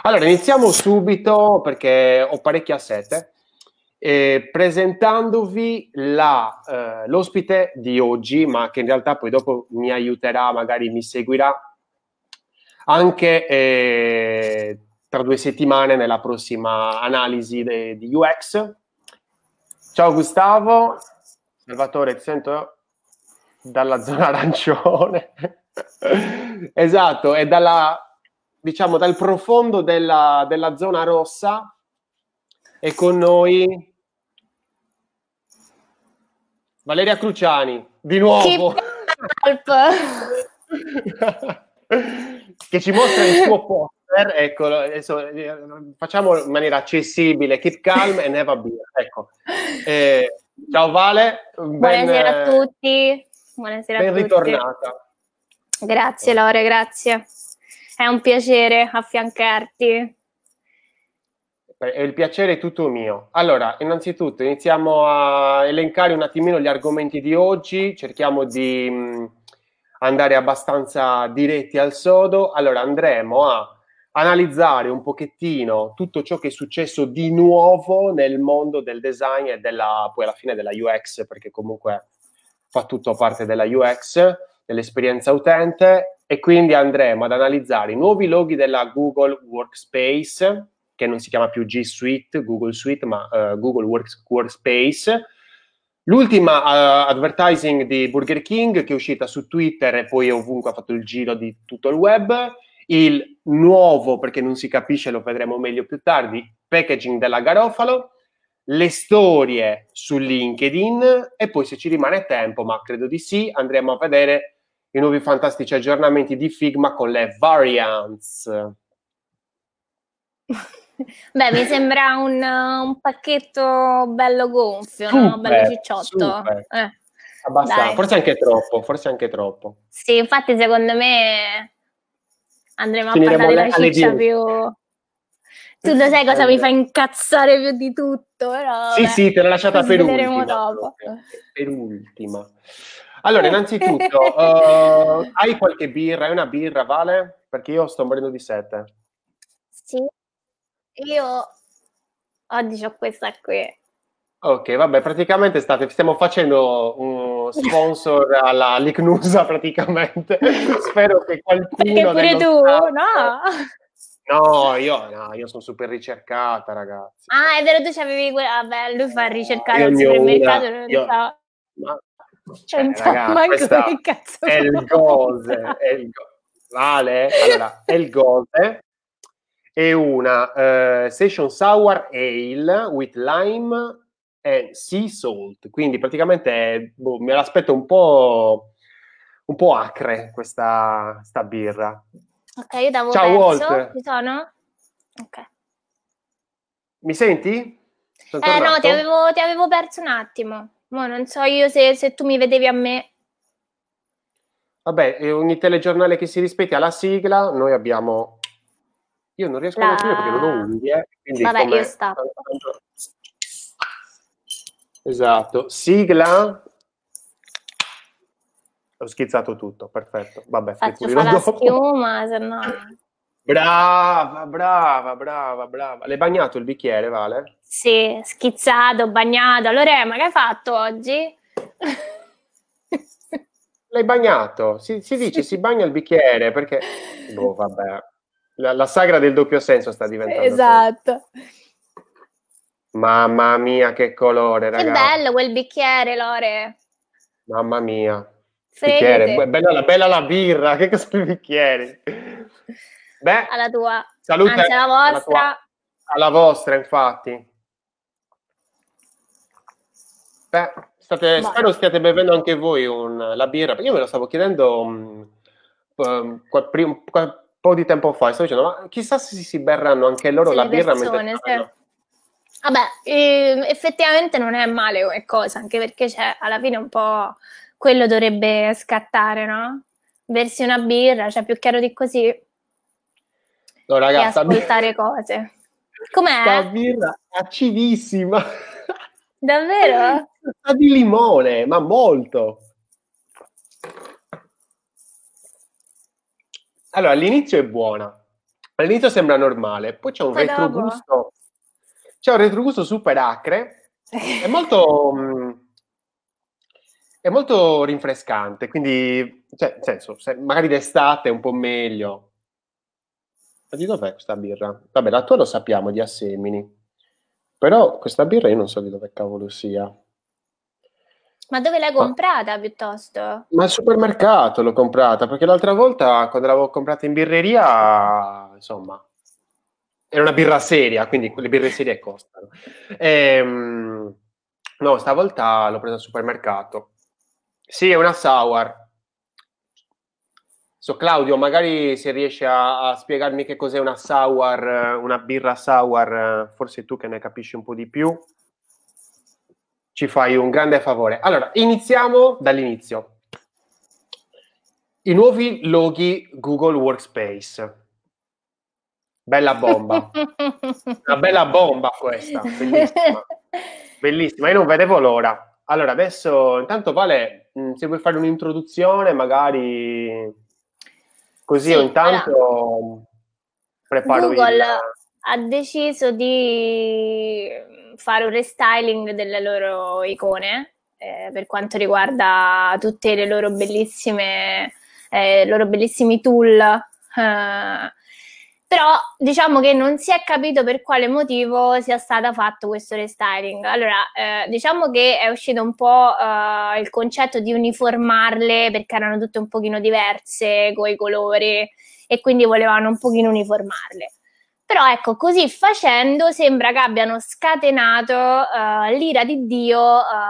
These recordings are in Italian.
Allora, iniziamo subito perché ho parecchia sete, presentandovi l'ospite di oggi, ma che in realtà poi dopo mi aiuterà, magari mi seguirà anche tra 2 settimane nella prossima analisi di UX. Ciao Gustavo, Salvatore, ti sento dalla zona arancione. Esatto, è diciamo, dal profondo della zona rossa, e con noi Valeria Cruciani, di nuovo. Che ci mostra il suo poster. Ecco, adesso, facciamo in maniera accessibile: keep calm and have a beer. Ecco. Ciao Vale, Buonasera a tutti. Buonasera ben a tutti. ritornata. Grazie Lore, grazie. È un piacere affiancarti. È il piacere tutto mio. Allora, innanzitutto iniziamo a elencare un attimino gli argomenti di oggi, cerchiamo di andare abbastanza diretti al sodo. Allora, andremo a analizzare un pochettino tutto ciò che è successo di nuovo nel mondo del design e poi alla fine della UX, perché comunque fa tutto parte della UX, dell'esperienza utente, e quindi andremo ad analizzare i nuovi loghi della Google Workspace, che non si chiama più G Suite, Google Suite, ma Google Workspace. L'ultima advertising di Burger King, che è uscita su Twitter e poi ovunque ha fatto il giro di tutto il web. Il nuovo, perché non si capisce, lo vedremo meglio più tardi, packaging della Garofalo. Le storie su LinkedIn, e poi, se ci rimane tempo, ma credo di sì, andremo a vedere i nuovi fantastici aggiornamenti di Figma con le variants. Beh, mi sembra un pacchetto bello gonfio, Super, no? Bello cicciotto. super. Abbastanza, Dai. forse anche troppo. Sì, infatti secondo me andremo a Finiremo parlare della alle ciccia 10. più... Tu lo sai cosa mi fa incazzare più di tutto, però Sì, vabbè, sì, te l'ho lasciata per sveleremo ultima. dopo. Per ultima. Allora, innanzitutto, hai qualche birra? Hai una birra, Vale? Perché io sto morendo di sete. Sì, io oggi ho questa qui. Ok, vabbè, praticamente stiamo facendo un sponsor all'Icnusa, praticamente. Spero che Perché qualcuno pure nello tu? staff... No. No, io sono super ricercata, ragazzi. Ah, è vero, tu c'avevi quella... Vabbè, lui fa ricercare Io al ne ho una... supermercato, non sa... ma, Non cioè, sa raga, manco questa che cazzo è il gose, compra. Vale? Allora, è il gose. È una Session Sour Ale with lime and sea salt, quindi praticamente me l'aspetto un po' acre sta birra. Ok, io t'avevo Ciao perso. Walt, Ci sono? Ok. mi senti? Sono No, tornato? ti avevo perso un attimo. Mo non so io se tu mi vedevi a me. Vabbè, ogni telegiornale che si rispetti ha la sigla, noi abbiamo... Io non riesco neanche io perché non ho La... unghie, quindi Vabbè, io come... sta. Esatto, sigla... Ho schizzato tutto, perfetto. Vabbè, poi Faccio fa pulirò la dopo. schiuma, se no... Brava, brava, brava, brava. L'hai bagnato il bicchiere, Vale? Sì, schizzato, bagnato. Allora, ma che hai fatto oggi? L'hai bagnato? Si dice, si Sì. bagna il bicchiere, perché... Boh, vabbè. La sagra del doppio senso sta diventando questa. Esatto. Mamma mia, che colore, Che raga. bello quel bicchiere, Lore. Mamma mia. Bicchiere. Fregate. Bella la birra. Che cosa sono i bicchieri? Beh, Alla tua. salute Anzi, alla alla tua, vostra. alla vostra, infatti. Beh, Buono. spero stiate bevendo anche voi la birra, perché io me lo stavo chiedendo un po' di tempo fa, e stavo dicendo, ma chissà se si berranno anche loro Se la le birra mentre persone, stanno... se... Vabbè, effettivamente non è male come cosa, anche perché c'è alla fine un po' quello dovrebbe scattare, no? Bersi una birra, cioè più chiaro di così, No, e ragazzi, ascoltare cose. sta Com'è? birra acidissima. Davvero? Sa di limone, ma molto. Allora, all'inizio è buona, All'inizio sembra normale, poi Poi dopo... c'è un retrogusto super acre, è molto, è molto rinfrescante, quindi, cioè, nel senso, magari d'estate è un po' meglio. Ma di dov'è questa birra? Vabbè, la tua lo sappiamo, di Assemini, però questa birra io non so di dove cavolo sia. Ma dove l'hai Ma, comprata piuttosto? ma al supermercato l'ho comprata, perché l'altra volta quando l'avevo comprata in birreria, insomma, era una birra seria, quindi le birre serie costano. No, stavolta l'ho presa al supermercato. Sì, è una sour. So, Claudio, magari se riesci a spiegarmi che cos'è una sour, una birra sour, forse tu che ne capisci un po' di più, ci fai un grande favore. Allora, iniziamo dall'inizio. I nuovi loghi Google Workspace. Bella bomba. Una bella bomba questa, bellissima. Bellissima, io non vedevo l'ora. Allora, adesso, intanto Vale, se vuoi fare un'introduzione, magari così io Sì, allora, intanto preparo il... Google ha deciso di fare un restyling delle loro icone per quanto riguarda tutte le loro bellissimi tool. Però diciamo che non si è capito per quale motivo sia stato fatto questo restyling. Allora, diciamo che è uscito un po' il concetto di uniformarle perché erano tutte un pochino diverse coi colori e quindi volevano un pochino uniformarle. Però ecco, così facendo sembra che abbiano scatenato l'ira di Dio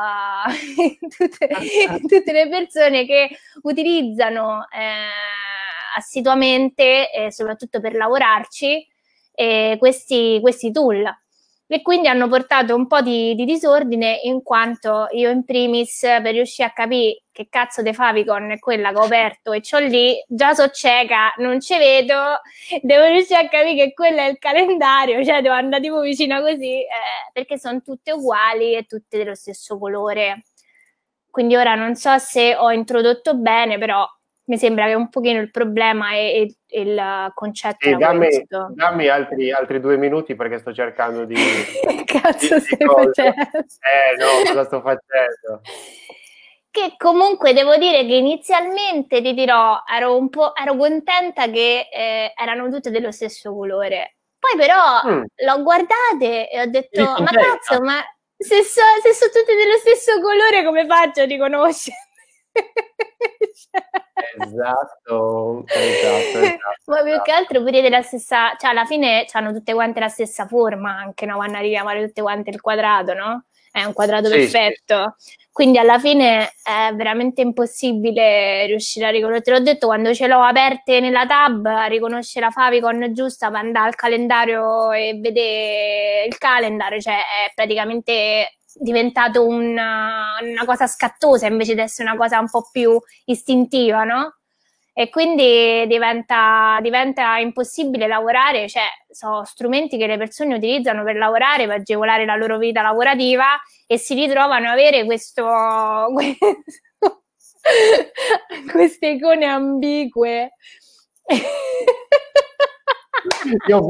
tutte le persone che utilizzano assiduamente, soprattutto per lavorarci, questi tool. E quindi hanno portato un po' di disordine in quanto io in primis per riuscire a capire che cazzo di favicon è quella che ho aperto e c'ho lì, già so cieca, non ci vedo, devo riuscire a capire che quello è il calendario, cioè devo andare tipo vicina così, perché sono tutte uguali e tutte dello stesso colore. Quindi ora non so se ho introdotto bene, però mi sembra che un pochino il problema e il concetto Sì, era questo. dammi altri 2 minuti perché sto cercando Che cazzo di stai cosa. facendo? No, cosa sto facendo? Che comunque devo dire che inizialmente ti dirò, ero contenta che erano tutte dello stesso colore. Poi però Mm, l'ho guardate e ho detto, eri ma contenta? cazzo, ma se sono tutte dello stesso colore, come faccio a riconoscere? Esatto, esatto, esatto, Ma più che esatto. altro pure della stessa, cioè alla fine hanno tutte quante la stessa forma, anche no? Quando arriviamo a tutte quante il quadrato, no? È un quadrato Sì, sì, sì. perfetto. Quindi alla fine è veramente impossibile riuscire a riconoscere. Te l'ho detto, quando ce l'ho aperte nella tab, a riconoscere la favicon giusta per andare al calendario e vedere il calendar, cioè è praticamente diventato una cosa scattosa invece di essere una cosa un po' più istintiva, no? E quindi diventa impossibile lavorare, cioè sono strumenti che le persone utilizzano per lavorare, per agevolare la loro vita lavorativa e si ritrovano a avere queste icone ambigue. Io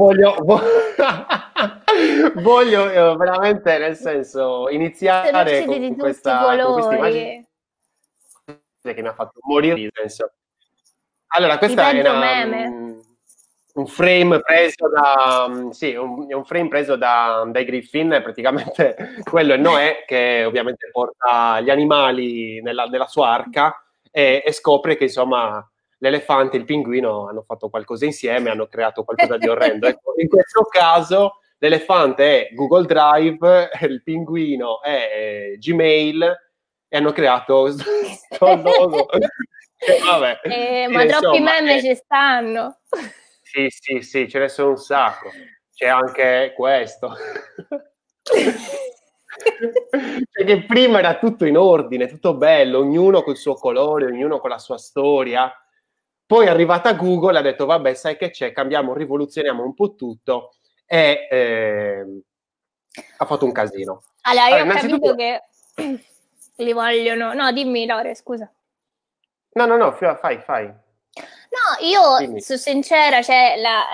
voglio veramente, nel senso, Sono iniziare usciti di tutti i con questa colori, immagine che mi ha fatto morire di senso. Allora, i questa è peggio meme. un frame preso da, sì, è un frame preso dai Griffin, praticamente quello è Noè che ovviamente porta gli animali nella sua arca e scopre che insomma l'elefante e il pinguino hanno fatto qualcosa insieme, hanno creato qualcosa di orrendo. Ecco, in questo caso l'elefante è Google Drive, il pinguino è Gmail e hanno creato sto logo. Vabbè, Ma troppi insomma, meme ci stanno. sì, sì, sì, ce ne sono un sacco. C'è anche questo. Cioè che prima era tutto in ordine, tutto bello, ognuno col suo colore, ognuno con la sua storia. Poi è arrivata Google e ha detto, vabbè, sai che c'è, cambiamo, rivoluzioniamo un po' tutto e ha fatto un casino. Allora, io Allora, ho capito innanzitutto, che li vogliono. No, dimmi, Lore, scusa. no, no, no, fai, fai. No, io Dimmi. sono sincera, cioè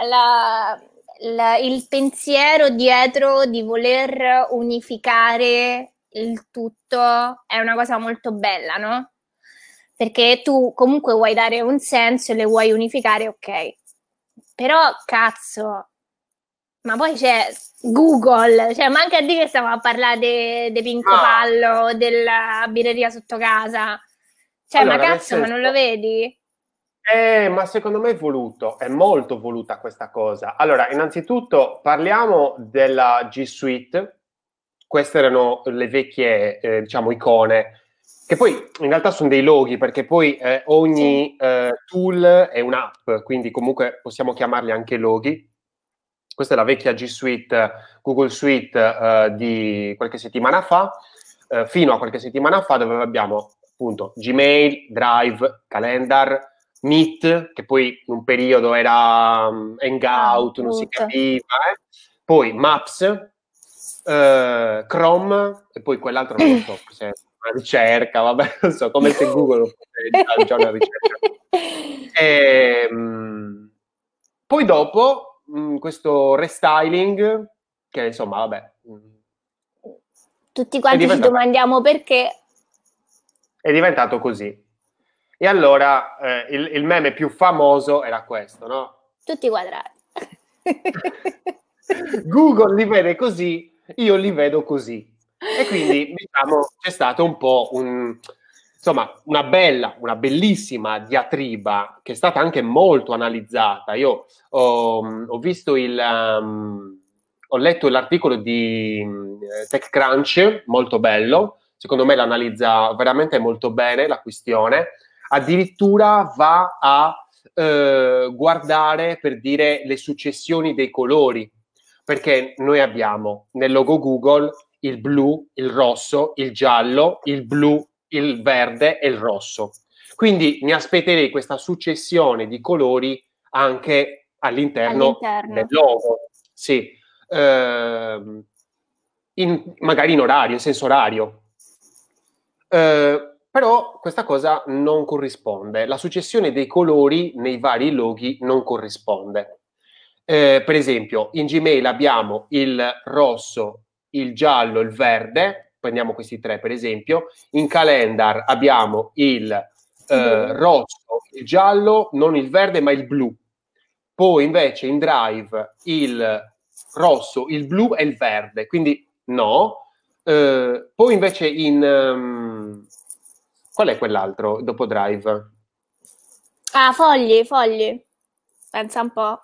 il pensiero dietro di voler unificare il tutto è una cosa molto bella, no? Perché tu comunque vuoi dare un senso e le vuoi unificare, ok. Però, cazzo, ma poi c'è Google, cioè, ma anche a dire che stiamo a parlare di Pinco Ma Pallo, della birreria sotto casa. Cioè, ma allora, nel cazzo, ma non lo senso, vedi? ma secondo me è voluto, è molto voluta questa cosa. Allora, innanzitutto parliamo della G Suite. Queste erano le vecchie, diciamo, icone, che poi in realtà sono dei loghi, perché poi Sì. ogni tool è un'app, quindi comunque possiamo chiamarli anche loghi. Questa è la vecchia G Suite, Google Suite di qualche settimana fa, fino a qualche settimana fa, dove abbiamo appunto Gmail, Drive, Calendar, Meet, che poi in un periodo era Ah, Hangout, non si brutto. capiva, poi Maps, Chrome, e poi quell'altro non lo so, se è una ricerca, vabbè, non so, come se Google fosse già una ricerca. E, poi dopo questo restyling, che insomma, vabbè, Tutti è quanti ci diventato, domandiamo perché, è diventato così. E allora il meme più famoso era questo, no? tutti quadrati. Google li vede così, io li vedo così. E quindi, diciamo, c'è stato un po' insomma, una bellissima diatriba che è stata anche molto analizzata. Io ho visto ho letto l'articolo di TechCrunch, molto bello. Secondo me l'analizza veramente molto bene la questione. Addirittura va a guardare per dire le successioni dei colori, perché noi abbiamo nel logo Google il blu, il rosso, il giallo, il blu, il verde e il rosso. Quindi mi aspetterei questa successione di colori anche all'interno del All'interno. logo, sì, magari in orario, in senso orario. Però questa cosa non corrisponde. La successione dei colori nei vari loghi non corrisponde. Per esempio, in Gmail abbiamo il rosso, il giallo, il verde, prendiamo questi tre per esempio. In Calendar abbiamo il Blu. rosso, il giallo, non il verde ma il blu. Poi invece in Drive il rosso, il blu e il verde, quindi no. Poi invece qual è quell'altro dopo Drive? Ah, fogli, fogli. Pensa un po'.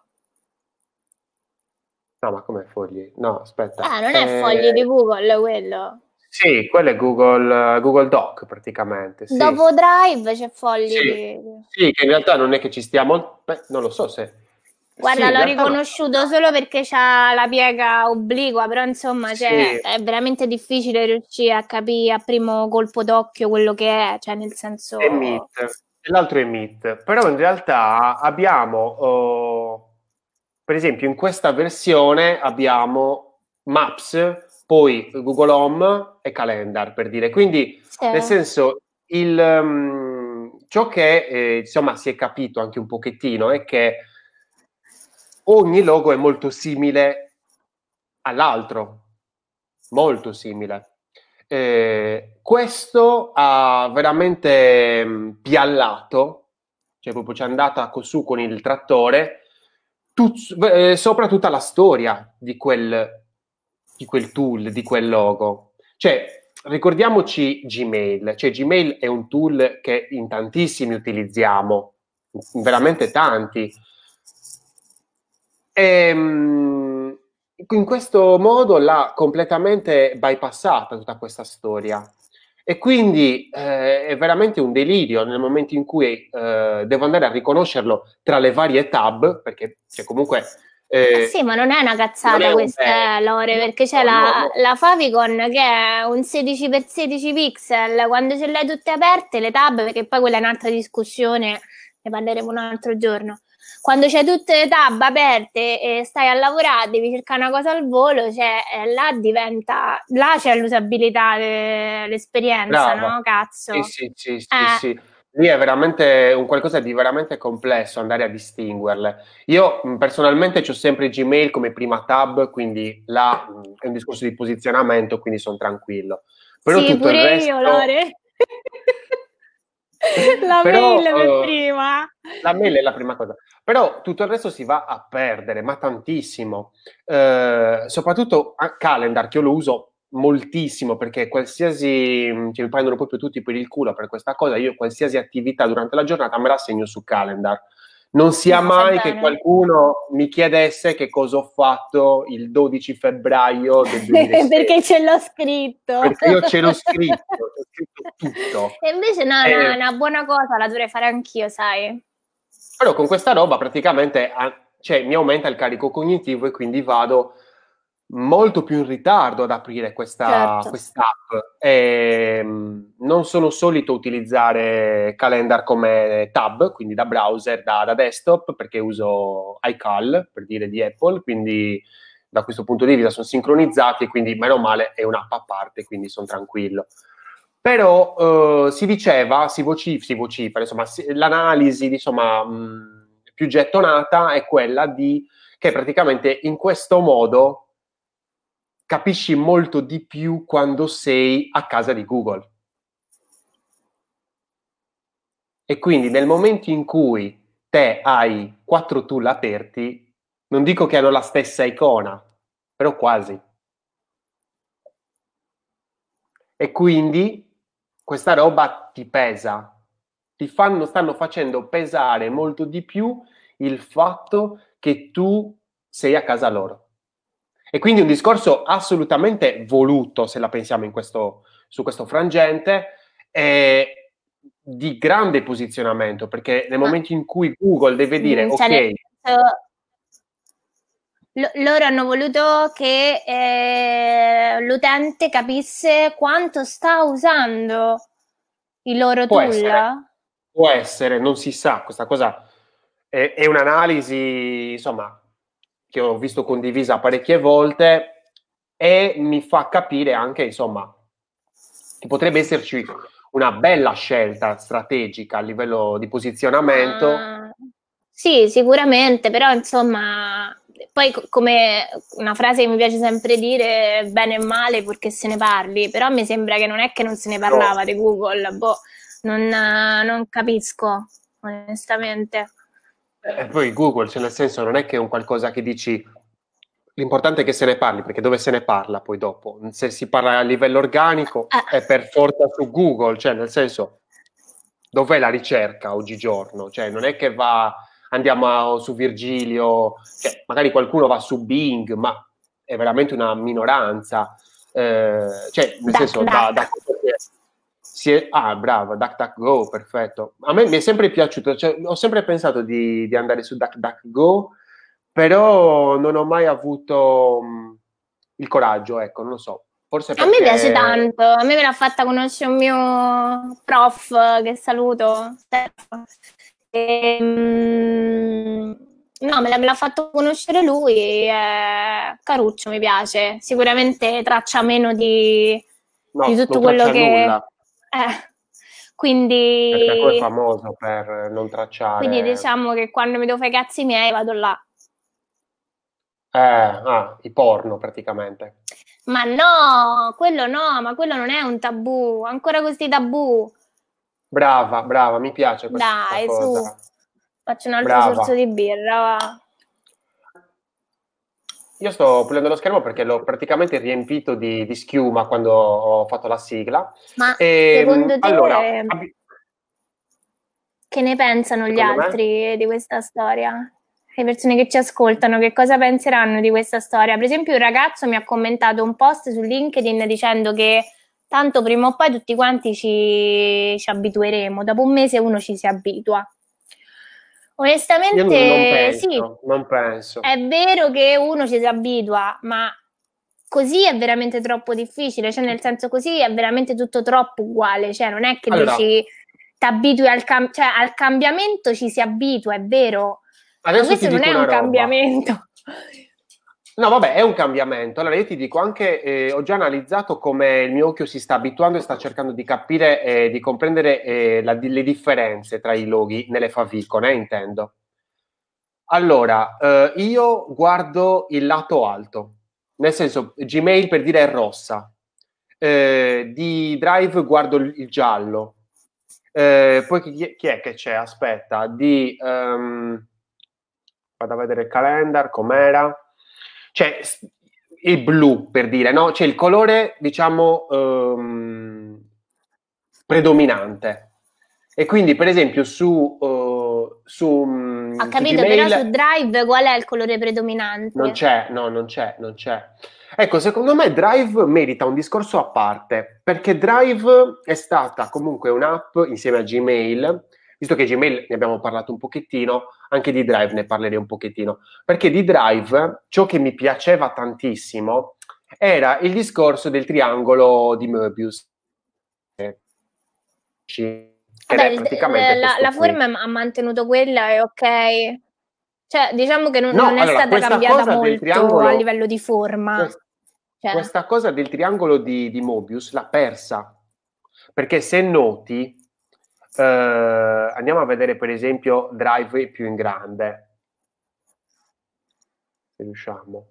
No, ma come fogli? No, aspetta. Non è fogli di Google quello. Sì, quello è Google Doc praticamente, sì. Dopo Drive c'è fogli Sì, di... sì, che in realtà non è che ci stiamo... beh, non lo so se... Sì, Guarda, in l'ho realtà no. riconosciuto solo perché c'ha la piega obliqua, però insomma, cioè, Sì, è veramente difficile riuscire a capire a primo colpo d'occhio quello che è, cioè nel è senso... Meet, e l'altro è Meet, però in realtà abbiamo, per esempio in questa versione abbiamo Maps, poi Google Home e Calendar per dire, quindi Sì. nel senso ciò che insomma si è capito anche un pochettino è che ogni logo è molto simile all'altro, molto simile. Questo ha veramente piallato, cioè proprio ci è andata su con il trattore, sopra tutta la storia di quel tool, di quel logo. Cioè, ricordiamoci Gmail, cioè Gmail è un tool che in tantissimi utilizziamo, veramente tanti. In questo modo l'ha completamente bypassata tutta questa storia. E quindi è veramente un delirio nel momento in cui devo andare a riconoscerlo tra le varie tab, perché cioè, comunque Sì, ma non è una non è cazzata un questa, Lore, perché c'è no, no, no. la Favicon che è un 16x16 pixel, quando ce le hai tutte aperte, le tab, perché poi quella è un'altra discussione, ne parleremo un altro giorno. Quando c'hai tutte le tab aperte e stai a lavorare, devi cercare una cosa al volo, cioè là diventa, là c'è l'usabilità, l'esperienza, Brava. no? Sì, Cazzo. sì, sì, sì, Eh, sì. lì è veramente un qualcosa di veramente complesso andare a distinguerle. Io personalmente ho sempre Gmail come prima tab, quindi là è un discorso di posizionamento, quindi sono tranquillo. Però Sì, tutto il pure io, resto, Lore. La però mail per prima. la mail è la prima cosa. Però tutto il resto si va a perdere, ma tantissimo. Soprattutto a Calendar, che io lo uso moltissimo perché qualsiasi, mi prendono proprio tutti per il culo per questa cosa, io qualsiasi attività durante la giornata me la segno su Calendar. Non sia No, fai mai che bene. qualcuno mi chiedesse che cosa ho fatto il 12 febbraio del 2016, Perché ce l'ho scritto. perché io ce l'ho scritto, c'è scritto tutto. E invece no, no, è E una buona cosa, la dovrei fare anch'io, sai? però con questa roba praticamente cioè, mi aumenta il carico cognitivo e quindi vado molto più in ritardo ad aprire Certo. quest'app. E, non sono solito utilizzare Calendar come tab, quindi da browser, da desktop, perché uso iCal, per dire di Apple, quindi da questo punto di vista sono sincronizzati e quindi meno male è un'app a parte, quindi sono tranquillo. Però si vocifera, insomma, l'analisi insomma, più gettonata è quella di che praticamente in questo modo capisci molto di più quando sei a casa di Google. E quindi nel momento in cui te hai 4 tool aperti, non dico che hanno la stessa icona, però quasi. E quindi questa roba ti pesa, stanno facendo pesare molto di più il fatto che tu sei a casa loro. E quindi un discorso assolutamente voluto, se la pensiamo su questo frangente, di grande posizionamento, perché nel Ma momento in cui Google deve dire cioè, nel ok, senso, loro hanno voluto che l'utente capisse quanto sta usando i loro può tool. essere, può essere, non si sa, questa cosa è un'analisi, insomma, che ho visto condivisa parecchie volte e mi fa capire anche, insomma, che potrebbe esserci una bella scelta strategica a livello di posizionamento. Ma sì, sicuramente, però insomma, poi come una frase che mi piace sempre dire, bene e male purché se ne parli, però mi sembra che non è che non se ne Però, parlava di Google, boh, non capisco, onestamente. e poi Google, cioè nel senso, non è che è un qualcosa che dici. L'importante è che se ne parli, perché dove se ne parla poi dopo? Se si parla a livello organico Eh, è per forza su Google, cioè nel senso, dov'è la ricerca oggigiorno? Cioè non è che su Virgilio, cioè magari qualcuno va su Bing, ma è veramente una minoranza. Cioè nel Duck, senso, duck. brava, DuckDuckGo, perfetto. A me mi è sempre piaciuto, cioè, ho sempre pensato di andare su DuckDuckGo, però non ho mai avuto il coraggio, ecco, non lo so. Forse A me piace perché. tanto, a me me l'ha fatta conoscere un mio prof che saluto, Stefano. No, me l'ha fatto conoscere lui, caruccio, mi piace. Sicuramente traccia meno di No, tutto non quello traccia che. nulla, perché poi è Quindi, famoso per non quindi tracciare. diciamo che quando mi devo fare i cazzi miei vado là. I porno praticamente. Ma no, quello no, ma quello non è un tabù, ancora questi tabù. Brava, brava, mi piace questa Dai, cosa. su, faccio un altro sorso Brava. di birra, va. Io sto pulendo lo schermo perché l'ho praticamente riempito di schiuma quando ho fatto la sigla. Ma E, secondo allora, te che ne pensano gli secondo me, altri di questa storia? Le persone che ci ascoltano, che cosa penseranno di questa storia? Per esempio, un ragazzo mi ha commentato un post su LinkedIn dicendo che tanto prima o poi tutti quanti ci abitueremo, dopo un mese uno ci si abitua. io non Onestamente, sì, penso, non penso. è vero che uno ci si abitua, ma così è veramente troppo difficile, cioè nel senso così è veramente tutto troppo uguale, cioè non è che Allora, dici ti abitui cioè, al cambiamento ci si abitua, è vero, ma adesso ti questo non dico è una un roba. cambiamento. No, vabbè, è un cambiamento. Allora, io ti dico anche, ho già analizzato come il mio occhio si sta abituando e sta cercando di capire e di comprendere le differenze tra i loghi nelle favicole, intendo. Allora, io guardo il lato alto, nel senso Gmail per dire è rossa, di Drive guardo il giallo. Poi chi è che c'è? Aspetta, vado a vedere il calendar, com'era. C'è il blu, per dire, no? C'è il colore, diciamo, predominante. E quindi, per esempio, Ho su capito, però su Gmail Drive qual è il colore predominante? non c'è. Ecco, secondo me Drive merita un discorso a parte, perché Drive è stata comunque un'app insieme a Gmail, visto che Gmail ne abbiamo parlato un pochettino, anche di Drive ne parlerei un pochettino, perché di Drive ciò che mi piaceva tantissimo era il discorso del triangolo di Möbius, ed Vabbè, è praticamente questo la qui. forma ha mantenuto quella, è ok. Cioè, diciamo che No, non è allora, stata questa cambiata cosa del molto a triangolo, livello di forma. quest- Cioè, questa cosa del triangolo di Mobius l'ha persa, perché se noti, andiamo a vedere per esempio Drive più in grande, se riusciamo.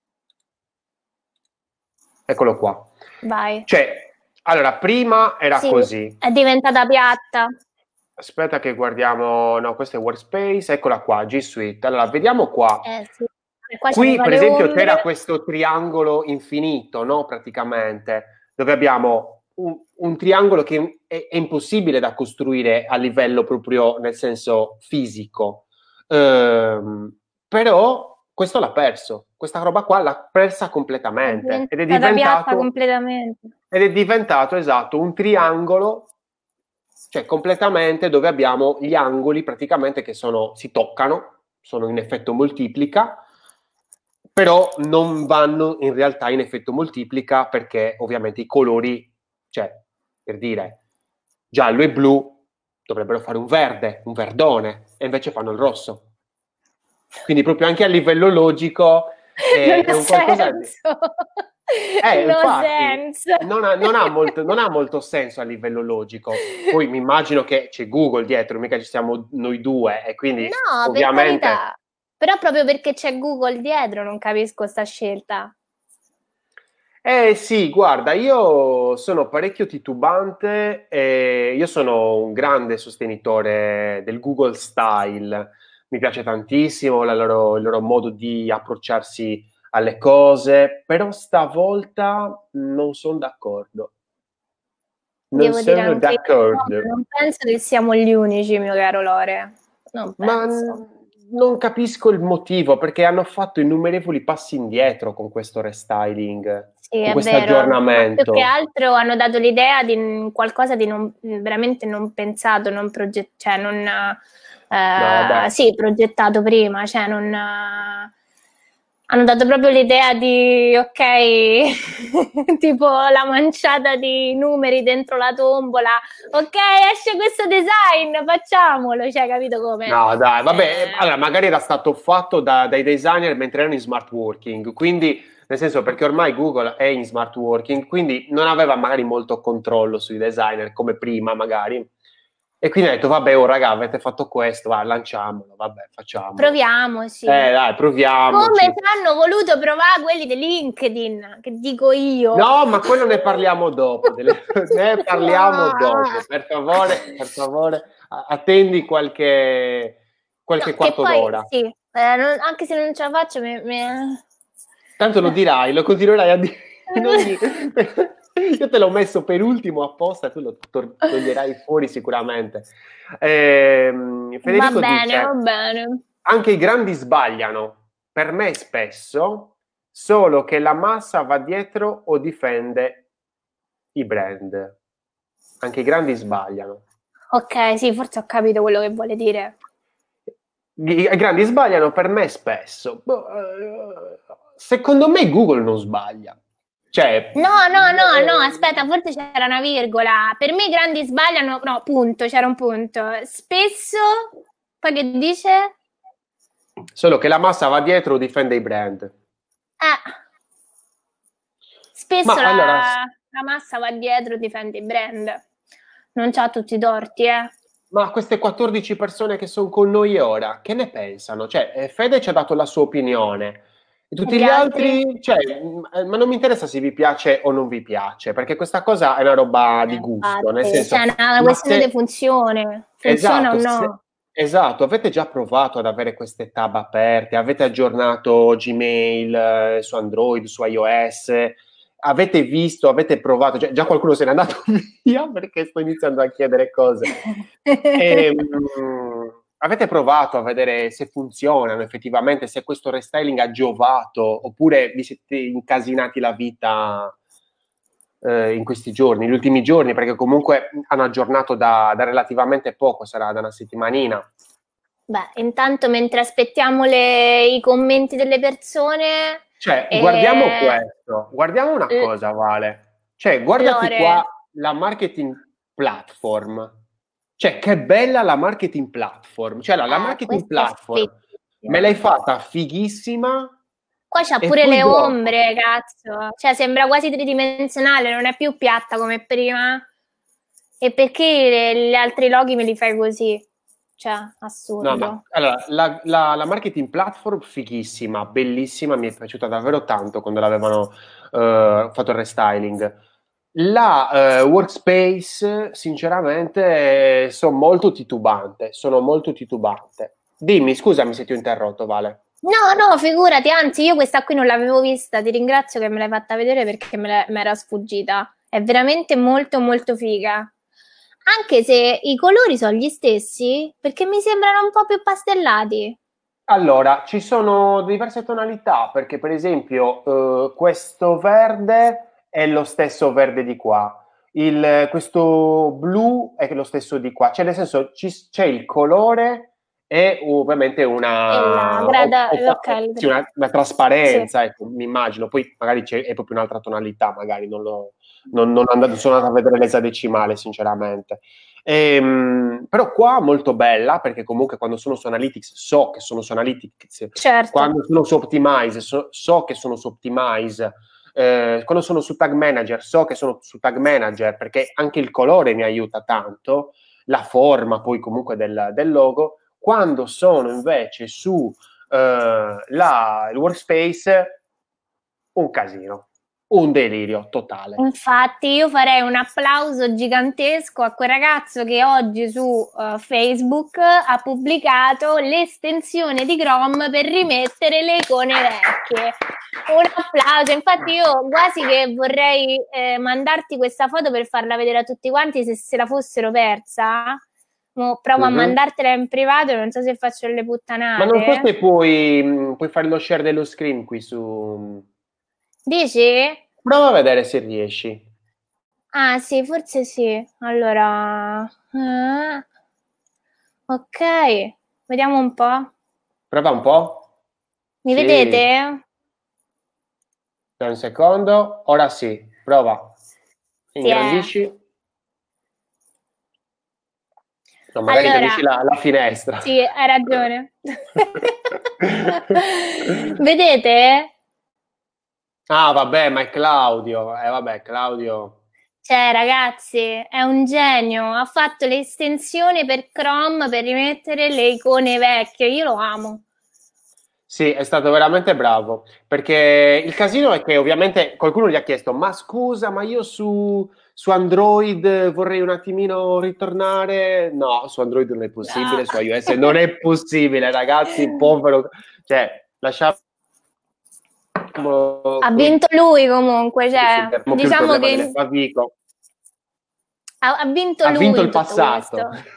Eccolo qua. vai. Cioè, allora, prima era Sì, così. è diventata piatta. Aspetta che guardiamo, no, questo è Workspace, eccola qua, G Suite. Allora, vediamo qua. Sì. Qua Qui, c'aveva per le esempio, c'era ombre. questo triangolo infinito, no? Praticamente, dove abbiamo un triangolo che è impossibile da costruire a livello proprio, nel senso fisico. Però questo l'ha perso, questa roba qua l'ha persa È completamente diventata piatta completamente. ed è diventato esatto un triangolo, cioè completamente dove abbiamo gli angoli praticamente che si toccano, sono in effetto moltiplica, però non vanno in realtà in effetto moltiplica perché ovviamente i colori, cioè per dire giallo e blu dovrebbero fare un verde, un verdone, e invece fanno il rosso. Quindi proprio anche a livello logico Non è ha un qualcosa di... senso. No Infatti, sense. non ha molto senso a livello logico. Poi mi immagino che c'è Google dietro, mica ci siamo noi due, e quindi No, per ovviamente... carità. Però proprio perché c'è Google dietro non capisco sta scelta. Eh sì, guarda, io sono parecchio titubante e io sono un grande sostenitore del Google Style. Mi piace tantissimo il loro modo di approcciarsi alle cose, però stavolta non sono d'accordo. Non Devo dire sono anche io, no, d'accordo. ma non penso che siamo gli unici, mio caro Lore. Non Ma penso. non capisco il motivo, perché hanno fatto innumerevoli passi indietro con questo restyling, Sì, con è questo vero, ma più che aggiornamento. altro hanno dato l'idea di qualcosa di veramente non pensato, non progettato, cioè non, No, vabbè. sì, progettato prima, cioè non, hanno dato proprio l'idea di, ok, tipo la manciata di numeri dentro la tombola, ok, esce questo design, facciamolo, cioè, capito come? No, dai, vabbè, allora magari era stato fatto dai designer mentre erano in smart working, quindi nel senso perché ormai Google è in smart working, quindi non aveva magari molto controllo sui designer come prima magari. E quindi ha detto, vabbè, oh raga, avete fatto questo, va, lanciamolo, vabbè, facciamolo. Proviamoci. Dai, Come proviamoci. ci hanno voluto provare quelli di LinkedIn, che dico io. No, ma quello ne parliamo dopo, ne parliamo dopo, per favore, attendi No, qualche che quarto poi d'ora. sì, anche se non ce la faccio, Tanto lo dirai, lo continuerai a dire in ogni... Io te l'ho messo per ultimo apposta, tu lo toglierai fuori sicuramente. Va Federico bene, va dice, bene. anche i grandi sbagliano, per me spesso, solo che la massa va dietro o difende i brand. Anche i grandi sbagliano. Ok, sì, forse ho capito quello che vuole dire. I grandi sbagliano per me spesso. Boh, secondo me Google non sbaglia. Cioè, No, no, no, no, aspetta, forse c'era una virgola. Per me i grandi sbagliano, no, punto, c'era un punto. Spesso, poi che dice? solo che la massa va dietro o difende i brand. Spesso Ma allora, la massa va dietro e difende i brand. Non c'ha tutti i torti, eh. ma queste 14 persone che sono con noi ora, che ne pensano? Cioè, Fede ci ha dato la sua opinione. E E tutti gli gli altri? altri, cioè, ma non mi interessa se vi piace o non vi piace, perché questa cosa è una roba di gusto, nel Infatti, senso, cioè è una ma questione di se, funzione. Funziona o esatto, no? esatto, avete già provato ad avere queste tab aperte, avete aggiornato Gmail, su Android, su iOS, avete visto, avete provato, cioè, già qualcuno se n'è andato via perché sto iniziando a chiedere cose. Avete provato a vedere se funzionano effettivamente, se questo restyling ha giovato, oppure vi siete incasinati la vita in questi giorni, gli ultimi giorni, perché comunque hanno aggiornato da relativamente poco, sarà da una settimanina. Beh, intanto mentre aspettiamo i commenti delle persone, Cioè, guardiamo eh, questo, guardiamo una l- cosa, Vale. Cioè, guardati qua Lore, la marketing platform. Cioè, che bella la marketing platform. Cioè, la marketing questa è platform me fighissima. l'hai fatta fighissima Qua c'ha e pure poi le dopo. ombre, cazzo. Cioè, sembra quasi tridimensionale, non è più piatta come prima. E perché gli altri loghi me li fai così? Cioè, No, ma assurdo. allora, la marketing platform fighissima, bellissima, mi è piaciuta davvero tanto quando l'avevano fatto il restyling. La workspace, sinceramente, sono molto titubante. Dimmi, scusami se ti ho interrotto, Vale. No, no, figurati, anzi, io questa qui non l'avevo vista, ti ringrazio che me l'hai fatta vedere perché mi era sfuggita. È veramente molto, molto figa. Anche se i colori sono gli stessi, perché mi sembrano un po' più pastellati. Allora, ci sono diverse tonalità, perché per esempio questo verde è lo stesso verde di qua, questo blu è lo stesso di qua, cioè nel senso c'è il colore e ovviamente E la grada, ok, sì, una sì. trasparenza, ecco, mi immagino, poi magari è proprio un'altra tonalità, magari non sono andato a vedere l'esadecimale, sinceramente. Però qua molto bella perché comunque quando sono su Analytics so che sono su Analytics, Certo. quando sono su Optimize so che sono su Optimize, quando sono su Tag Manager so che sono su Tag Manager perché anche il colore mi aiuta tanto, la forma poi comunque del logo. Quando sono invece su il workspace, un casino, un delirio totale. Infatti, io farei un applauso gigantesco a quel ragazzo che oggi su Facebook ha pubblicato l'estensione di Chrome per rimettere le icone vecchie. Un applauso, infatti io quasi che vorrei mandarti questa foto per farla vedere a tutti quanti se la fossero persa. Provo a Mhm. mandartela in privato, non so se faccio le Ma non so puttanate. se puoi fare lo share dello screen qui su. Dici? Prova a vedere se riesci. Ah, sì, forse sì. Allora, ok, vediamo un po'. Prova un po'. Mi Sì, vedete? da un secondo. Ora sì, prova. Sì, Ingrandisci. No, magari allora, ingrandisci la finestra. sì, hai ragione. Vedete? Ah, vabbè, ma è Claudio. Vabbè, Claudio. Cioè, ragazzi, è un genio. Ha fatto l'estensione per Chrome per rimettere le icone vecchie. Io lo amo. Sì, è stato veramente bravo, perché il casino è che ovviamente qualcuno gli ha chiesto, ma scusa, ma io su Android vorrei un attimino ritornare. No, su Android non è possibile, su Ah. iOS non è possibile, ragazzi, povero. Cioè, lasciamo Ha così vinto lui comunque, sul cioè, termo più il diciamo problema delle che favicole. ha vinto Ha lui vinto in il tutto passato. questo.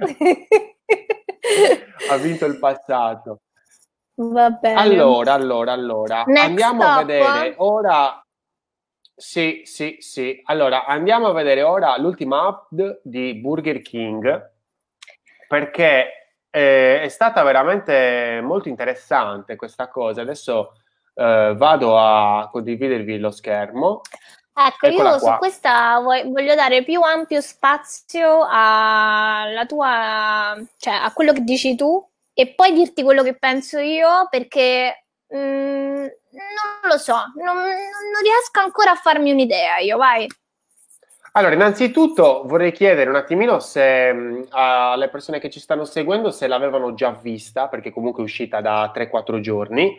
Ha vinto il passato. Va bene. Allora, Next andiamo a stop? vedere ora. Sì, sì, sì. Allora, andiamo a vedere ora l'ultima app di Burger King perché è stata veramente molto interessante questa cosa. Adesso vado a condividervi lo schermo. Ecco, Eccola io su qua. questa voglio dare più ampio spazio alla tua, cioè a quello che dici tu e poi dirti quello che penso io perché non lo so, non riesco ancora a farmi un'idea io, vai. Allora, innanzitutto vorrei chiedere un attimino se alle persone che ci stanno seguendo se l'avevano già vista, perché comunque è uscita da 3-4 giorni,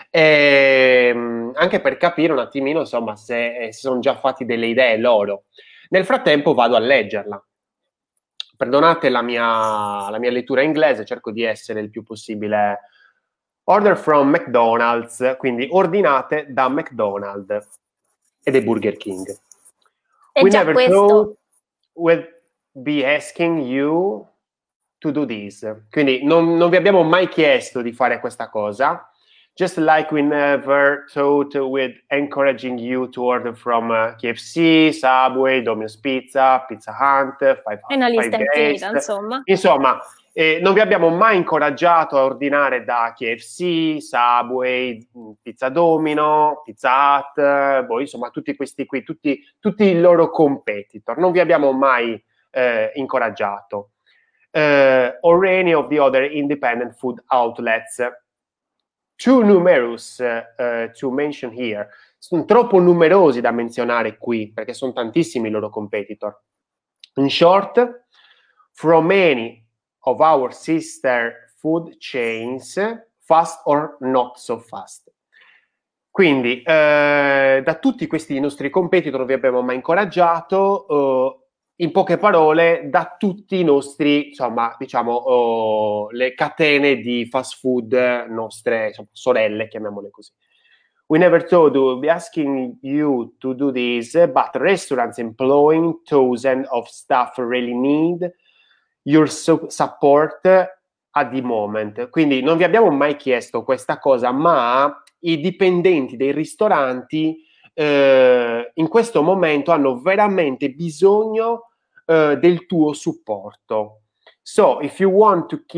e, anche per capire un attimino, insomma, se si sono già fatti delle idee loro. Nel frattempo vado a leggerla. Perdonate la mia lettura inglese, cerco di essere il più possibile. Order from McDonald's, quindi ordinate da McDonald's ed è Burger King. E We già never thought questo, we'd be asking you to do this. Quindi non vi abbiamo mai chiesto di fare questa cosa. Just like we never thought we'd encouraging you to order from KFC, Subway, Domino's Pizza, Pizza Hut, è una Five lista Guys. infinita, insomma. Insomma, non vi abbiamo mai incoraggiato a ordinare da KFC, Subway, Pizza Domino, Pizza Hut, poi insomma tutti questi qui, tutti i loro competitor. Non vi abbiamo mai incoraggiato. Or any of the other independent food outlets. Too numerous to mention here. Sono troppo numerosi da menzionare qui, perché sono tantissimi i loro competitor. In short, from any of our sister food chains, fast or not so fast. Quindi, da tutti questi nostri competitor vi abbiamo mai incoraggiato, in poche parole, da tutti i nostri, insomma, diciamo, le catene di fast food nostre, insomma, sorelle, chiamiamole così. We never thought we would be asking you to do this, but restaurants employing thousands of staff really need your support at the moment. Quindi non vi abbiamo mai chiesto questa cosa, ma i dipendenti dei ristoranti in questo momento hanno veramente bisogno del tuo supporto. So, if you want to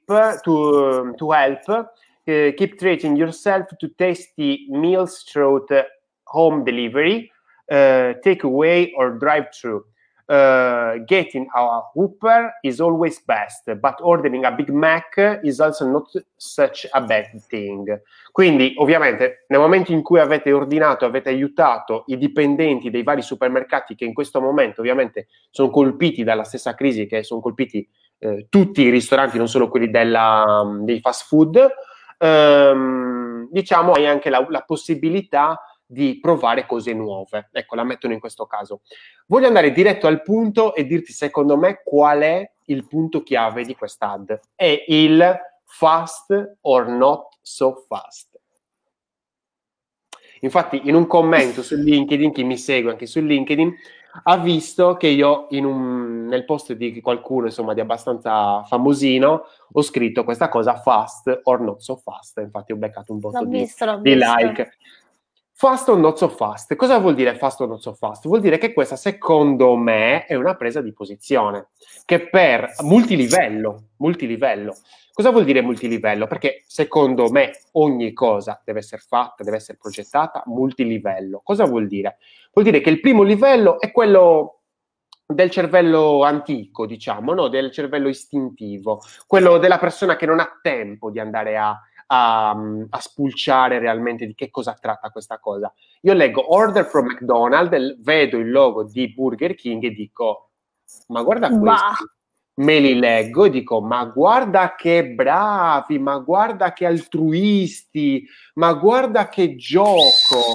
help, keep treating yourself to tasty meals through home delivery, takeaway or drive-through. Getting a Whopper is always best, but ordering a Big Mac is also not such a bad thing. Quindi, ovviamente, nel momento in cui avete ordinato, avete aiutato i dipendenti dei vari supermercati che in questo momento, ovviamente, sono colpiti dalla stessa crisi che sono colpiti tutti i ristoranti, non solo quelli dei fast food, diciamo, hai anche la possibilità di provare cose nuove. Ecco, la mettono in questo caso. Voglio andare diretto al punto e dirti, secondo me, qual è il punto chiave di quest'ad. È il fast or not so fast. Infatti, in un commento su LinkedIn, chi mi segue anche su LinkedIn, ha visto che io nel post di qualcuno, insomma, di abbastanza famosino, ho scritto questa cosa, fast or not so fast. Infatti ho beccato un botto di like. Fast or not so fast. Cosa vuol dire fast or not so fast? Vuol dire che questa, secondo me, è una presa di posizione, che per multilivello. Cosa vuol dire multilivello? Perché secondo me ogni cosa deve essere fatta, deve essere progettata multilivello. Cosa vuol dire? Vuol dire che il primo livello è quello del cervello antico, diciamo, no? Del cervello istintivo, quello della persona che non ha tempo di andare a spulciare realmente di che cosa tratta questa cosa. Io leggo order from McDonald's, vedo il logo di Burger King e dico, ma guarda questi. Me li leggo e dico, ma guarda che bravi, ma guarda che altruisti, ma guarda che gioco.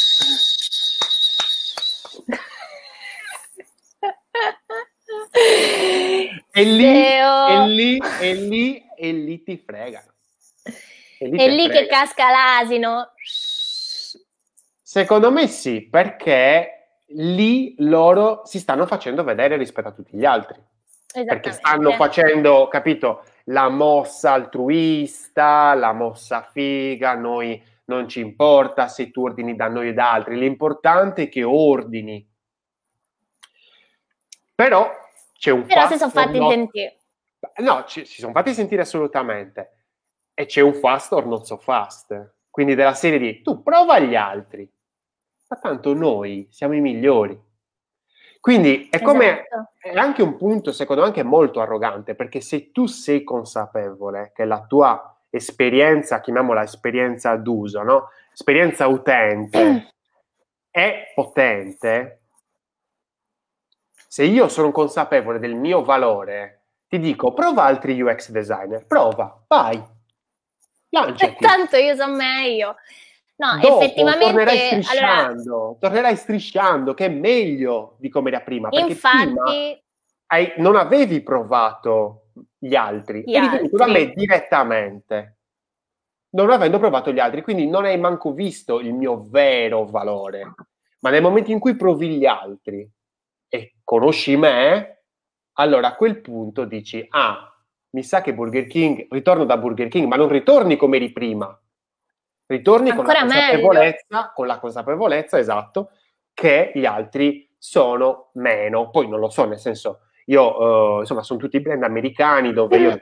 E lì ti fregano. È lì che casca l'asino. Secondo me sì, perché lì loro si stanno facendo vedere rispetto a tutti gli altri. Perché stanno facendo, capito, la mossa altruista, la mossa figa, noi non ci importa se tu ordini da noi e da altri, l'importante è che ordini. Però c'è un Però si sono fatti sentire. No, si sono fatti sentire assolutamente. E c'è un fast or not so fast. Quindi della serie di tu prova gli altri, ma tanto noi siamo i migliori. Quindi è come è anche un punto, secondo me, anche molto arrogante, perché se tu sei consapevole che la tua esperienza, chiamiamola esperienza d'uso, no? esperienza utente è potente, se io sono consapevole del mio valore, ti dico, prova altri UX designer, prova, vai, lanciati. Tanto io so meglio. No, Dopo effettivamente, allora, tornerai strisciando, che è meglio di come era prima, perché prima infatti, non avevi provato gli altri, gli eri venuto da me altri. direttamente, non avendo provato gli altri, quindi non hai manco visto il mio vero valore. Ma nel momento in cui provi gli altri e conosci me, allora a quel punto dici, ah, mi sa che Burger King, ritorno da Burger King, ma non ritorni come eri prima. Ritorni Ancora meglio. con la consapevolezza, esatto, che gli altri sono meno. Poi non lo so, nel senso, io, insomma, sono tutti brand americani dove io,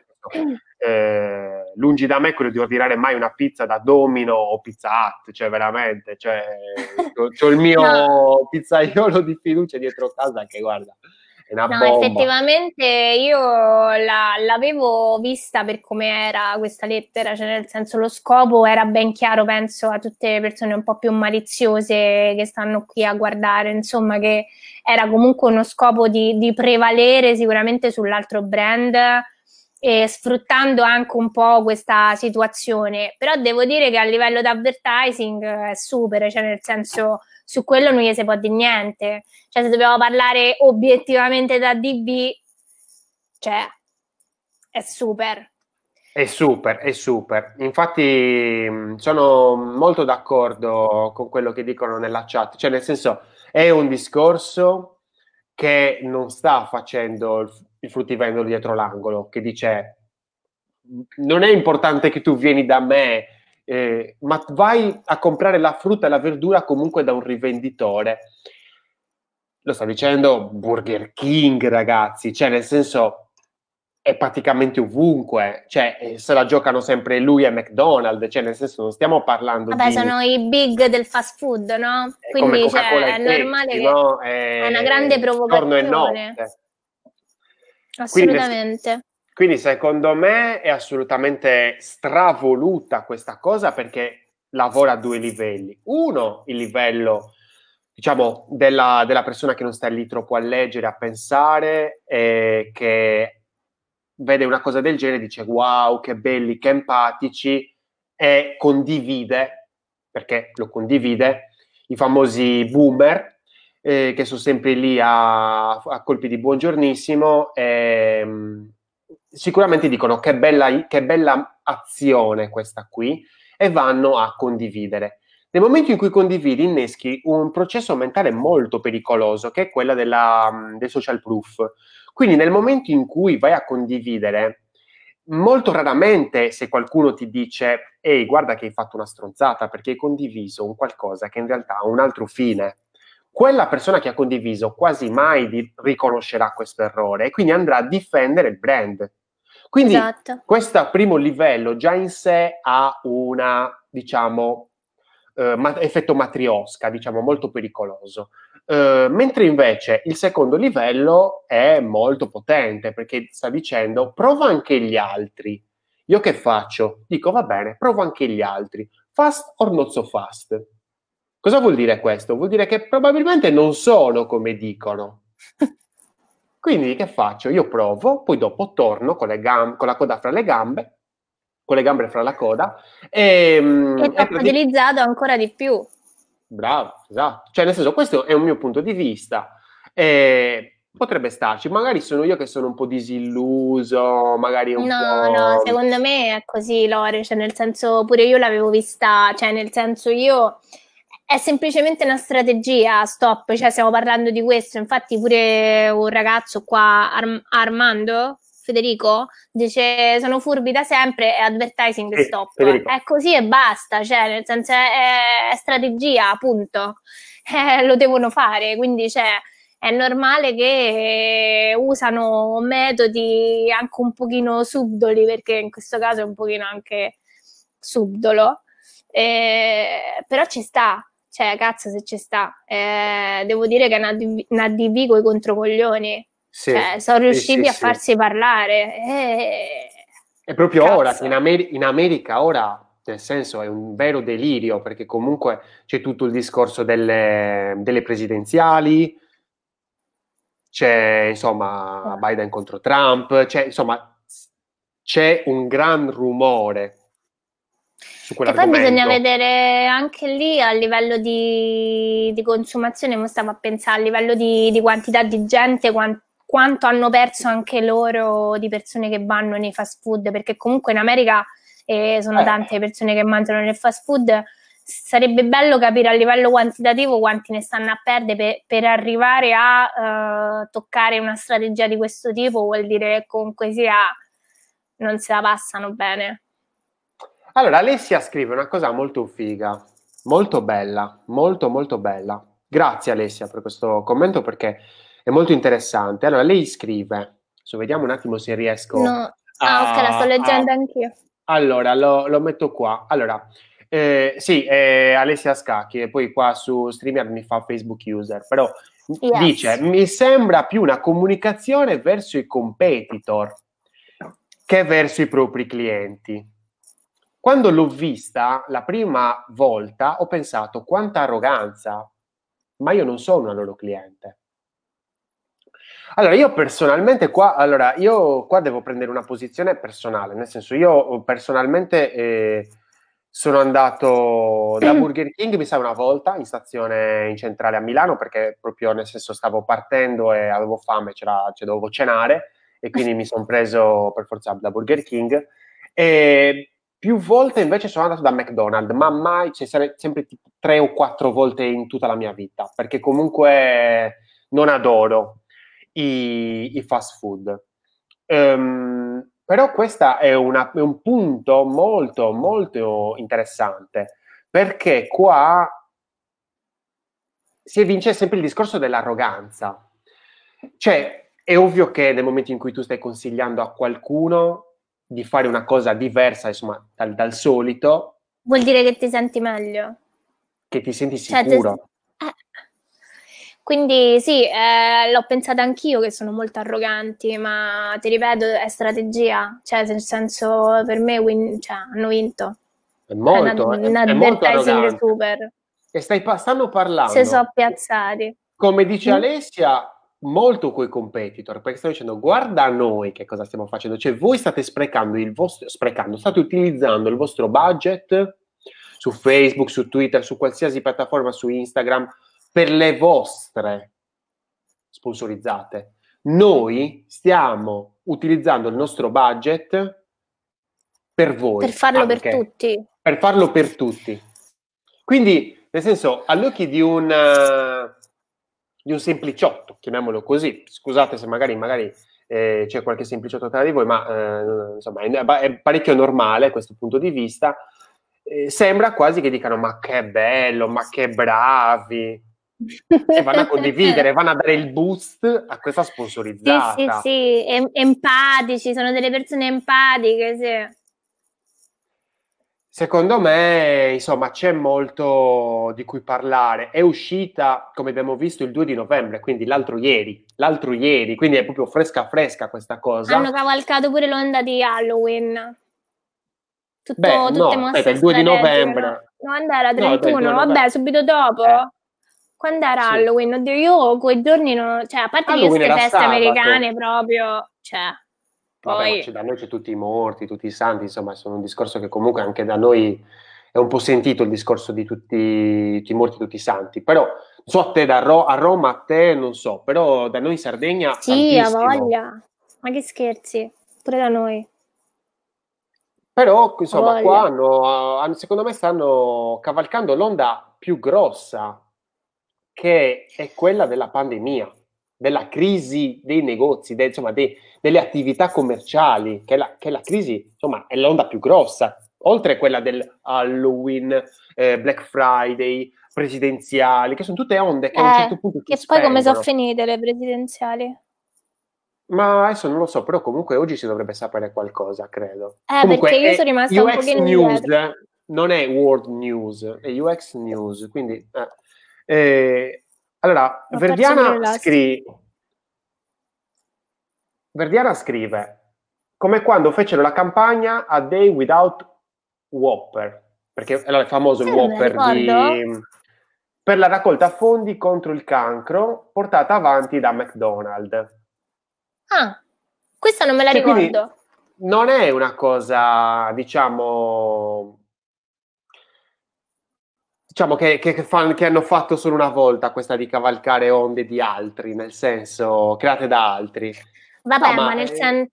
lungi da me quello di ordinare mai una pizza da Domino o Pizza Hut, cioè veramente, cioè, c'ho il No, mio pizzaiolo di fiducia dietro casa che, guarda, è una no, bomba. effettivamente io l'avevo vista per come era questa lettera, cioè nel senso lo scopo era ben chiaro, penso a tutte le persone un po' più maliziose che stanno qui a guardare, insomma che era comunque uno scopo di prevalere sicuramente sull'altro brand e sfruttando anche un po' questa situazione, però devo dire che a livello di advertising è super, cioè nel senso su quello non gli si può dire niente. Cioè, se dobbiamo parlare obiettivamente da DB, cioè, è super. È super, è super. Infatti sono molto d'accordo con quello che dicono nella chat, cioè nel senso è un discorso che non sta facendo il fruttivendolo dietro l'angolo, che dice non è importante che tu vieni da me, ma vai a comprare la frutta e la verdura comunque da un rivenditore. Lo sto dicendo Burger King, ragazzi, cioè nel senso è praticamente ovunque, cioè se la giocano sempre lui e McDonald's, cioè nel senso non stiamo parlando Vabbè, di sono i big del fast food, no? come Quindi, Coca-Cola cioè, è e normale Pepsi, che no? è una grande Giorno e provocazione. notte. Quindi, Assolutamente. quindi secondo me è assolutamente stravoluta questa cosa perché lavora a due livelli. Uno, il livello, diciamo, della persona che non sta lì troppo a leggere, a pensare, che vede una cosa del genere e dice wow, che belli, che empatici, e condivide, perché lo condivide, i famosi boomer, che sono sempre lì a colpi di buongiornissimo, sicuramente dicono che bella azione questa qui e vanno a condividere. Nel momento in cui condividi, inneschi un processo mentale molto pericoloso, che è quella del social proof. Quindi nel momento in cui vai a condividere, molto raramente se qualcuno ti dice ehi, guarda che hai fatto una stronzata perché hai condiviso un qualcosa che in realtà ha un altro fine, quella persona che ha condiviso quasi mai riconoscerà questo errore e quindi andrà a difendere il brand. Quindi Esatto. questo primo livello già in sé ha una, diciamo, effetto matriosca, diciamo, molto pericoloso. Mentre invece il secondo livello è molto potente perché sta dicendo prova anche gli altri. Io che faccio? Dico va bene, provo anche gli altri. Fast or not so fast. Cosa vuol dire questo? Vuol dire che probabilmente non sono come dicono. Quindi che faccio? Io provo, poi dopo torno con con la coda fra le gambe, con le gambe fra la coda E ti e ho fidelizzato ancora di più. bravo, esatto. Cioè, nel senso, questo è un mio punto di vista. Potrebbe starci. Magari sono io che sono un po' disilluso, magari un No, no, po'. secondo me è così, Lore, cioè nel senso pure io l'avevo vista, cioè nel senso io è semplicemente una strategia, stop, cioè stiamo parlando di questo, infatti pure un ragazzo qua, Armando, Federico, dice sono furbi da sempre e advertising stop, Federico. è così e basta, cioè nel senso è strategia, punto, lo devono fare, quindi cioè è normale che usano metodi anche un pochino subdoli, perché in questo caso è un pochino anche subdolo, però ci sta, cioè cazzo se ci sta. Devo dire che è una DV coi controcoglioni, Sì, cioè sono sì, sì, riusciti a sì. farsi parlare. È proprio ora che Cazzo. in America ora nel senso è un vero delirio, perché comunque c'è tutto il discorso delle presidenziali, c'è insomma Biden contro Trump, c'è un gran rumore su Che poi bisogna quell'argomento. vedere anche lì a livello di consumazione, mo stavo a pensare, a livello di quantità di gente, quanto hanno perso anche loro di persone che vanno nei fast food, perché comunque in America sono Eh, tante persone che mangiano nel fast food. Sarebbe bello capire a livello quantitativo quanti ne stanno a perdere per arrivare a toccare una strategia di questo tipo, vuol dire che comunque sia non se la passano bene. Allora, Alessia scrive una cosa molto figa, molto bella, molto molto bella. Grazie Alessia per questo commento perché è molto interessante. Allora, lei scrive, adesso vediamo un attimo se riesco No. Ah, ok, la sto a... leggendo anch'io. Allora, lo metto qua. Allora, sì, Alessia Scacchi e poi qua su StreamYard mi fa Facebook user, però dice, Yes. mi sembra più una comunicazione verso i competitor che verso i propri clienti. Quando l'ho vista la prima volta ho pensato quanta arroganza, ma io non sono una loro cliente. Allora, io personalmente qua, allora, io qua devo prendere una posizione personale, nel senso io personalmente sono andato da Burger King, mi sa una volta, in stazione in centrale a Milano, perché proprio nel senso stavo partendo e avevo fame, cioè dovevo cenare, e quindi mi sono preso per forza da Burger King. E più volte invece sono andato da McDonald's, ma mai, cioè sempre tipo 3 o 4 volte in tutta la mia vita, perché comunque non adoro i fast food. Però questo è un punto molto, molto interessante, perché qua si evince sempre il discorso dell'arroganza. Cioè, è ovvio che nel momento in cui tu stai consigliando a qualcuno di fare una cosa diversa, insomma, dal solito, Vuol dire che ti senti meglio. che ti senti Cioè, sicuro. quindi sì, l'ho pensata anch'io che sono molto arroganti, ma ti ripeto, è strategia. Cioè, nel senso, per me cioè, hanno vinto. È un È molto advertising arrogante. super. E stanno Se so parlando, piazzati. come dice Mm? Alessia, molto coi competitor, perché stanno dicendo guarda noi che cosa stiamo facendo, cioè voi state sprecando state utilizzando il vostro budget su Facebook, su Twitter, su qualsiasi piattaforma, su Instagram, per le vostre sponsorizzate. Noi stiamo utilizzando il nostro budget per Per voi farlo per anche, tutti. per farlo per tutti. Quindi, nel senso, agli occhi di un sempliciotto, chiamiamolo così, scusate se magari c'è qualche sempliciotto tra di voi, ma insomma è parecchio normale questo punto di vista. Sembra quasi che dicano ma che bello, ma che bravi, e vanno a condividere, vanno a dare il boost a questa Sì, sì, sponsorizzata. sì, empatici, sono delle persone empatiche, sì. Secondo me, insomma, c'è molto di cui parlare. È uscita, come abbiamo visto, il 2 di novembre, quindi l'altro ieri, quindi è proprio fresca fresca questa cosa. Hanno cavalcato pure l'onda di Halloween. Beh, Tutte no, aspetta, mosse il 2 di strategiche, no? novembre. Quando era No, dai, il 2 31? novembre. Vabbè, subito Eh, dopo? Quando era sì. Halloween? Oddio, io quei giorni non... Cioè, a parte che io Halloween ste era feste sabato. americane proprio... Cioè, Vabbè, ma poi... da noi c'è tutti i morti, tutti i santi, insomma, sono un discorso che comunque anche da noi è un po' sentito il discorso di tutti i morti, tutti i santi. Però, non so a te, a Roma, a te, non so, però da noi in Sardegna Sì, ha tantissimo. voglia. Ma che scherzi? Pure da noi. Però, Ha insomma, qua voglia. secondo me stanno cavalcando l'onda più grossa, che è quella della pandemia, della crisi dei negozi, insomma, delle attività commerciali, che è la crisi, insomma, è l'onda più grossa, oltre a quella del Halloween, Black Friday, presidenziali, che sono tutte onde che a un certo punto si Che poi come sono spengono. finite le presidenziali? Ma adesso non lo so, però comunque oggi si dovrebbe sapere qualcosa, credo. Perché Comunque io è sono rimasta un UX pochino News, indietro. non è World News, è UX News. Quindi, allora, Ho perso pure l'ast. Verdiana scrive, come quando fecero la campagna A Day Without Whopper, perché allora, è famoso il Sai, non me la Whopper ricordo. per la raccolta fondi contro il cancro portata avanti da McDonald's. Ah, questa non me la Che quindi ricordo. non è una cosa, diciamo che hanno fatto solo una volta questa di cavalcare onde di altri, nel senso create da altri. No, Vabbè, ma ma nel senso,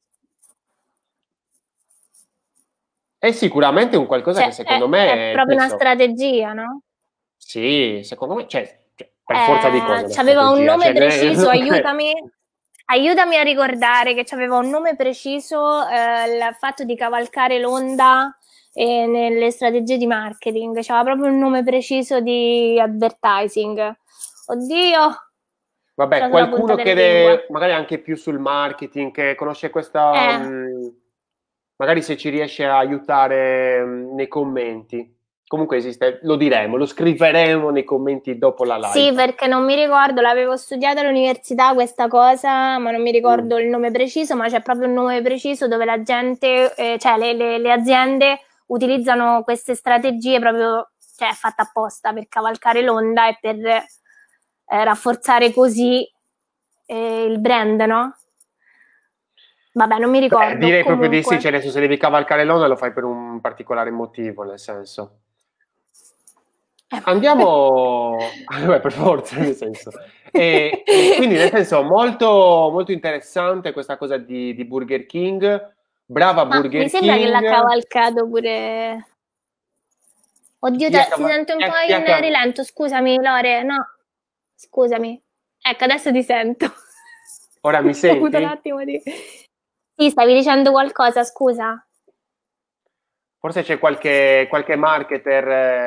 è sicuramente un qualcosa che cioè, secondo è me, nel proprio una senso, strategia, no? sì, secondo me, cioè, per forza di cose è una C'aveva un strategia. nome Cioè, preciso, non è- aiutami a ricordare che c'aveva un nome preciso, il fatto di cavalcare l'onda nelle strategie di marketing, c'aveva proprio un nome preciso di advertising. Oddio, ce Vabbè, l'ho sulla punta qualcuno della lingua. magari anche più sul marketing, che conosce questa, Eh, magari se ci riesce a aiutare nei commenti. Comunque esiste, lo diremo, lo scriveremo nei commenti dopo la sì, live. perché non mi ricordo, l'avevo studiata all'università questa cosa, ma non mi Mm. ricordo il nome preciso, ma c'è proprio un nome preciso dove la gente, cioè le aziende utilizzano queste strategie proprio, cioè è fatta apposta per cavalcare l'onda e per rafforzare così il brand, no? Vabbè, non mi Beh, ricordo, direi proprio di sì, comunque. cioè nel senso se devi cavalcare l'onda lo fai per un particolare motivo, nel senso. Eh. Andiamo, beh, per forza, nel senso. E quindi, nel senso, molto, molto interessante questa cosa di Burger King. Brava Ma mi Burger sembra che l'ha King. cavalcato pure. Oddio, Chi ha, si sente un po' chi in ha rilento. Scusami, Lore. No, scusami. Ecco, adesso ti sento. ora mi Ho avuto un senti? attimo di. Sì, stavi dicendo qualcosa, scusa. Forse c'è qualche marketer,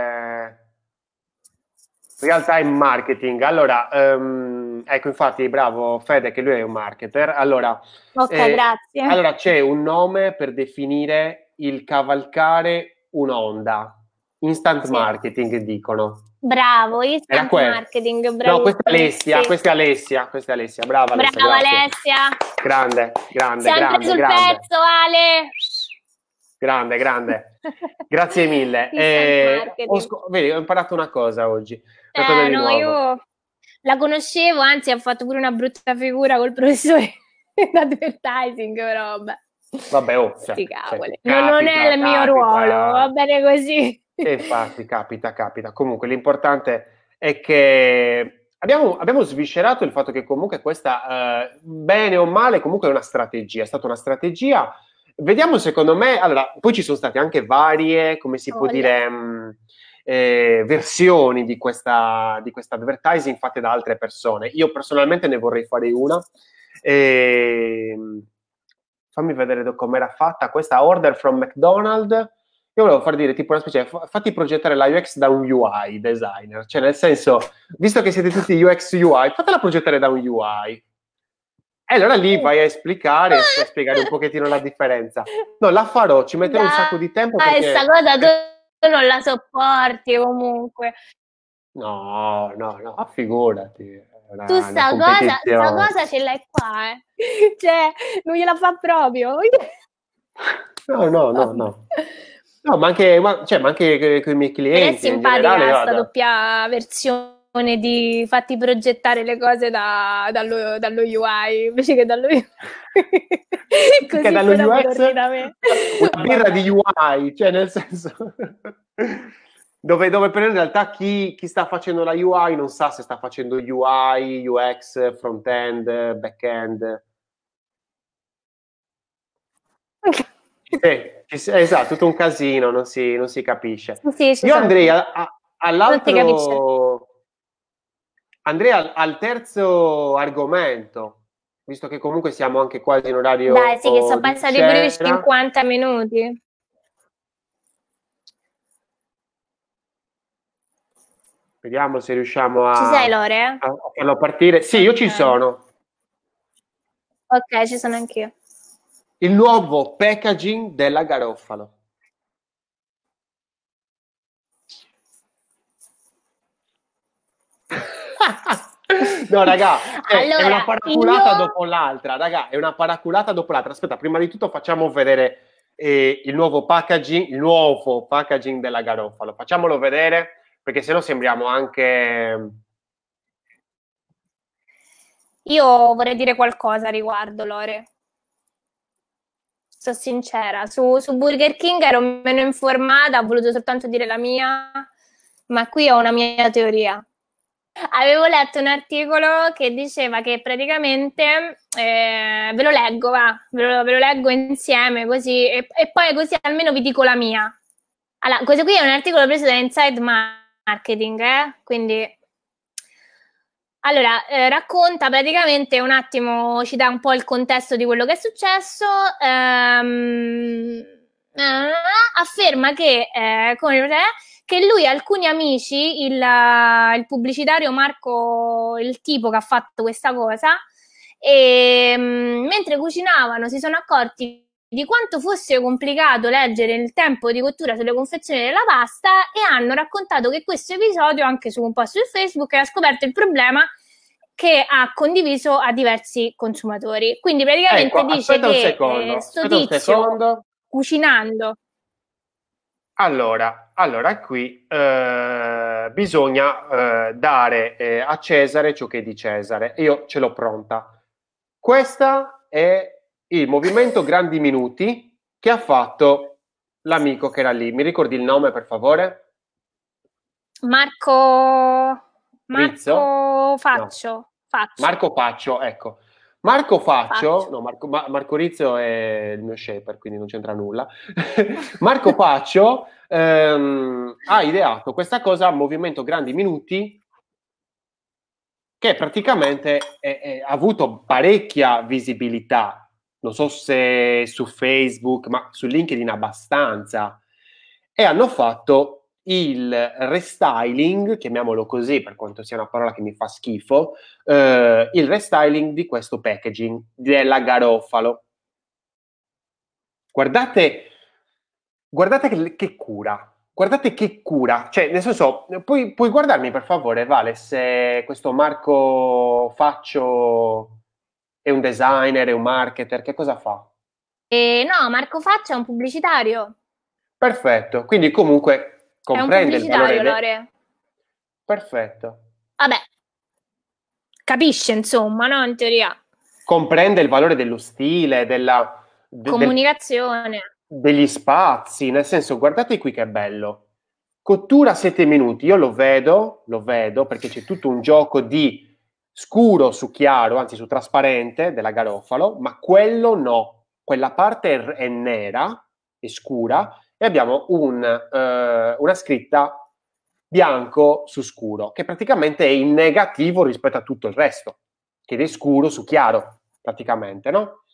real time marketing. Allora, ecco, infatti, bravo Fede, che lui è un marketer. Allora, Ok, grazie. allora c'è un nome per definire il cavalcare un'onda. Instant Sì. marketing, dicono. Bravo, Era instant quello. marketing, No, questa è bravissimo. Alessia, Sì. questa è Alessia, questa è Alessia. Brava Alessia, Brava grazie. Alessia. Grande, grande, Sempre grande, sul grande. pezzo, Ale. Grande, grande. Grazie mille. Instant marketing. Vedi, ho imparato una cosa di No, nuovo. io la conoscevo, anzi ha fatto pure una brutta figura col professore in advertising, però vabbè. Vabbè, oh, Sti cioè, cavoli. Non è capita, il mio ruolo, va capita. bene così. E infatti, capita, capita. Comunque, l'importante è che abbiamo sviscerato il fatto che comunque questa, bene o male, comunque è una strategia, è stata una strategia. Vediamo, secondo me, allora, poi ci sono state anche varie, come si può Voglia. dire, versioni di questa advertising fatte da altre persone. Io personalmente ne vorrei fare una. E, fammi vedere com'era fatta questa order from McDonald's. Io volevo far dire tipo una specie, fatti progettare la UX da un UI designer, cioè nel senso, visto che siete tutti UX UI, fatela progettare da un UI. E allora lì vai a esplicare, a spiegare un pochettino la differenza. No, la farò, ci metterò un sacco di tempo Dai, sta perché. cosa tu non la sopporti comunque. No, no, no, figurati, è Tu una sta competizione. cosa ce l'hai qua, eh. Cioè, non gliela fa proprio. No, no, no, Vabbè. no. No, ma anche con i miei Però è clienti in generale, simpatica sta guarda. doppia versione di fatti progettare le cose dallo UI invece che dallo UI. Che Così dallo poi dopo UX torni da me. una birra Vabbè. di UI, cioè nel senso dove però in realtà chi sta facendo la UI non sa se sta facendo UI, UX, front-end, back-end. Esatto, tutto un casino, non si capisce. Sì, ci Io sono. andrei Non si capisce. al terzo argomento, visto che comunque siamo anche quasi in Dai, sì, che orario sono di passati pure i cena. 50 minuti. Vediamo se riusciamo Ci a sei, Lore? farlo partire. Sì, io ci Ok. sono. Ok, ci sono anch'io. Il nuovo packaging della Garofalo. No, raga, è una Allora, paraculata io. dopo l'altra, raga, è una paraculata dopo l'altra. Aspetta, prima di tutto facciamo vedere il nuovo packaging della Garofalo. Facciamolo vedere, perché sennò sembriamo anche... Io vorrei dire qualcosa a riguardo, Lore. Sono sincera, su Burger King ero meno informata, ho voluto soltanto dire la mia, ma qui ho una mia teoria. Avevo letto un articolo che diceva che praticamente, ve lo leggo, va, ve lo leggo insieme così, e poi così almeno vi dico la mia. Allora, questo qui è un articolo preso da Inside Marketing, quindi... Allora, racconta praticamente un attimo, ci dà un po' il contesto di quello che è successo. Afferma che lui e alcuni amici, il pubblicitario Marco, il tipo che ha fatto questa cosa, mentre cucinavano si sono accorti di quanto fosse complicato leggere il tempo di cottura sulle confezioni della pasta e hanno raccontato che questo episodio, anche su un post su Facebook, ha scoperto il problema che ha condiviso a diversi consumatori. Quindi praticamente Ecco, dice che sto aspetta un tizio secondo. cucinando. Allora qui bisogna dare a Cesare ciò che è di Cesare. Io ce l'ho pronta. Questo è il movimento Grandi Minuti che ha fatto l'amico che era lì. Mi ricordi il nome, per favore? Rizzo? No. Faccio. Marco Faccio, ecco. Marco Faccio, Faccio. no, Marco Rizzo è il mio shaper, quindi non c'entra nulla. Marco Faccio ha ideato questa cosa, Movimento Grandi Minuti, che praticamente ha avuto parecchia visibilità. Non so se su Facebook, ma su LinkedIn abbastanza. E hanno fatto il restyling, chiamiamolo così per quanto sia una parola che mi fa schifo, il restyling di questo packaging della Garofalo. Guardate che cura, guardate che cura, cioè nel senso, puoi guardarmi per favore, Vale, se questo Marco Faccio è un designer, è un marketer, che cosa fa? No, Marco Faccia è un pubblicitario. Perfetto, quindi comunque È un comprende il valore pubblicitario, Lore. Perfetto. Vabbè, capisce insomma, no? In teoria. Comprende il valore dello stile, Comunicazione. degli spazi, nel senso, guardate qui che bello. Cottura 7 minuti, io lo vedo perché c'è tutto un gioco di scuro su chiaro, anzi su trasparente della Garofalo, ma quello no, quella parte è nera e scura e abbiamo una scritta bianco su scuro, che praticamente è in negativo rispetto a tutto il resto, che è scuro su chiaro, praticamente, no?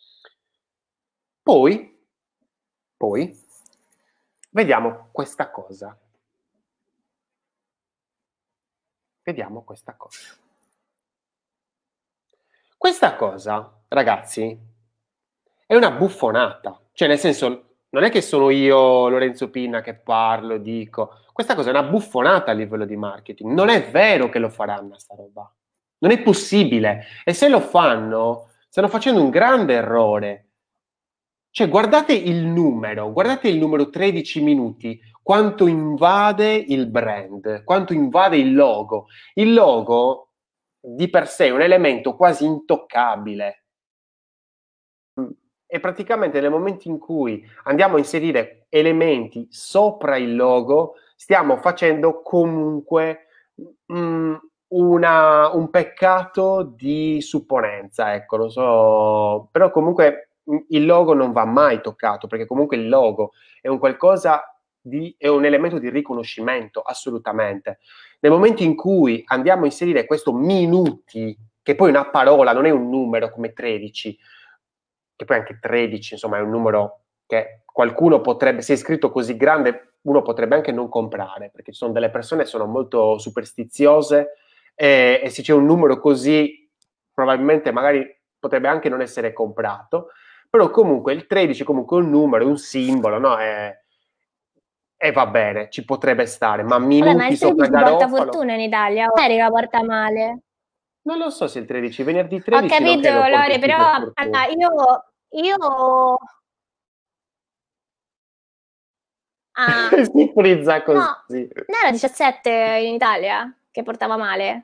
Poi, vediamo questa cosa. Vediamo questa cosa. Questa cosa, ragazzi, è una buffonata. Cioè, nel senso, non è che sono io, Lorenzo Pinna, che parlo e dico. Questa cosa è una buffonata a livello di marketing. Non è vero che lo faranno sta roba. Non è possibile. E se lo fanno, stanno facendo un grande errore. Cioè, guardate il numero 13 minuti, quanto invade il brand, quanto invade il logo. Il logo di per sé è un elemento quasi intoccabile. E praticamente nel momento in cui andiamo a inserire elementi sopra il logo, stiamo facendo comunque un peccato di supponenza, ecco, lo so, però comunque il logo non va mai toccato, perché comunque il logo è un qualcosa è un elemento di riconoscimento, assolutamente. Nel momento in cui andiamo a inserire questo minuti, che poi è una parola, non è un numero come 13, che poi anche 13, insomma, è un numero che qualcuno potrebbe, se è scritto così grande, uno potrebbe anche non comprare, perché ci sono delle persone che sono molto superstiziose e se c'è un numero così, probabilmente magari potrebbe anche non essere comprato, però comunque il 13 comunque è un numero, è un simbolo, no? E va bene, ci potrebbe stare, ma Vabbè, ma minuti il sopra 13 porta Garofalo? fortuna in Italia, o America porta male. Non lo so se il 13, venerdì Ho 13 non capito, credo porti Lore, però super allora, fortuna. io Ah, Si frizza no, così. non era 17 in Italia che portava male.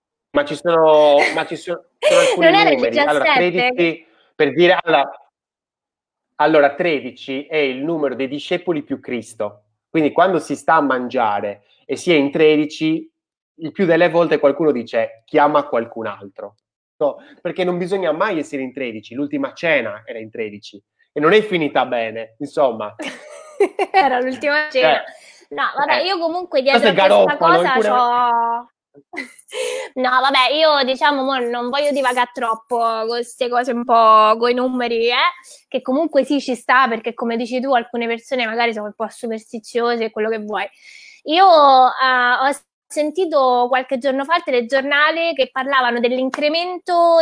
Ci sono alcuni Non era il numeri. Allora, 17? 13 per dire, allora, 13 è il numero dei discepoli più Cristo. Quindi quando si sta a mangiare e si è in 13, il più delle volte qualcuno dice chiama qualcun altro. No, perché non bisogna mai essere in 13. L'ultima cena era in 13 e non è finita bene, insomma. Era l'ultima cena. Cioè, No, vabbè, io comunque questo dietro è a questa Garofalo, cosa eppure... c'ho... No, vabbè, io diciamo non voglio divagare troppo con queste cose un po' con i numeri, che comunque sì ci sta, perché come dici tu, alcune persone magari sono un po' superstiziose e quello che vuoi. Io ho sentito qualche giorno fa il telegiornale che parlavano dell'incremento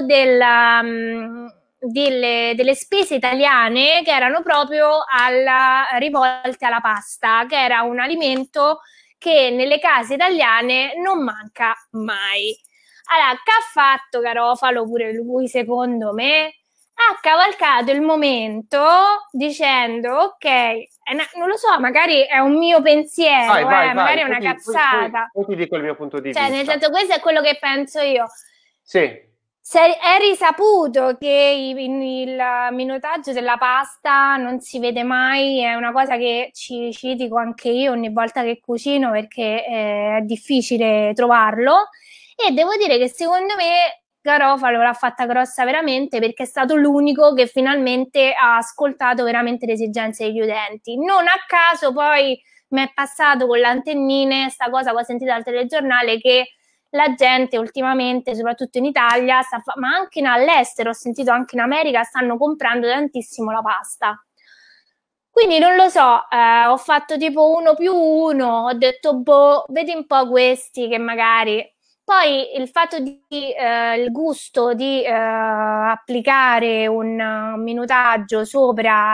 delle spese italiane che erano proprio rivolte alla pasta, che era un alimento che nelle case italiane non manca mai. Allora, che ha fatto Garofalo pure lui, secondo me? Ha cavalcato il momento dicendo, ok, non lo so, magari è un mio Vai, pensiero, vai, magari vai, è poi una ti, poi- poi- cazzata. poi ti dico il mio punto di Cioè, nel vista. senso, questo è quello che penso io. Sì, Se è risaputo che il minutaggio della pasta non si vede mai, è una cosa che ci dico anche io ogni volta che cucino perché è difficile trovarlo. E devo dire che secondo me Garofalo l'ha fatta grossa veramente perché è stato l'unico che finalmente ha ascoltato veramente le esigenze degli utenti. Non a caso poi mi è passato con le antennine sta cosa che ho sentito al telegiornale che la gente ultimamente, soprattutto in Italia, ma anche all'estero, ho sentito anche in America, stanno comprando tantissimo la pasta. Quindi non lo so, ho fatto tipo 1+1, ho detto, boh, vedi un po' questi che magari... Poi il fatto il gusto di applicare un minutaggio sopra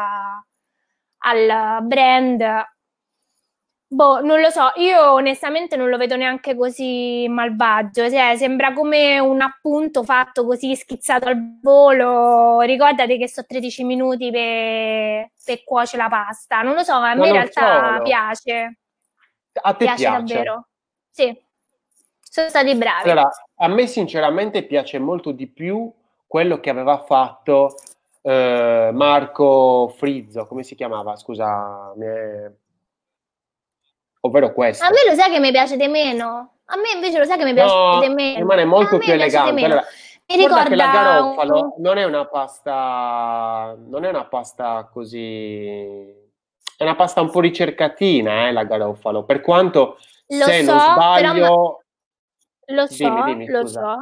al brand, boh, non lo so, io onestamente non lo vedo neanche così malvagio, cioè, sembra come un appunto fatto così schizzato al volo. Ricordati che sono 13 minuti per cuocere la pasta. Non lo so, a ma me in non realtà solo. piace, A te piace piace? davvero. Sì, sono stati bravi. Allora, a me sinceramente piace molto di più quello che aveva fatto Marco Frizzo, come si chiamava? Scusa, ovvero A me questo. lo sai che mi piace di meno? A me invece lo sai che mi piace di No, rimane meno? A molto più me piace di elegante. meno. Allora, Mi guarda che la ricorda Garofalo non è una pasta così, è una pasta un po' ricercatina, la Garofalo, per quanto, Lo se non so, però sbaglio, lo dimmi, so, dimmi, lo scusa. so.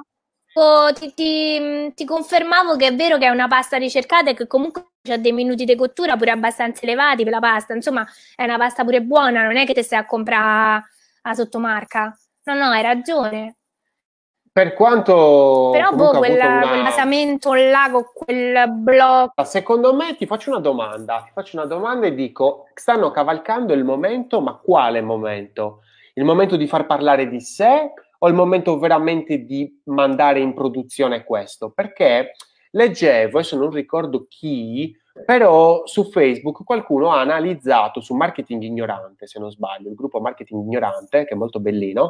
Ti confermavo che è vero che è una pasta ricercata e che comunque c'ha dei minuti di cottura pure abbastanza elevati per la pasta. Insomma, è una pasta pure buona, non è che ti stai a comprare la sottomarca. No, no, hai ragione. Per quanto Però, boh, comunque ha avuto quel una... basamento là con quel blocco. Secondo me ti faccio una domanda e dico, stanno cavalcando il momento, ma quale momento? Il momento di far parlare di sé o il momento veramente di mandare in produzione questo? Perché leggevo, adesso non ricordo chi, però su Facebook qualcuno ha analizzato, su Marketing Ignorante, se non sbaglio, il gruppo Marketing Ignorante, che è molto bellino,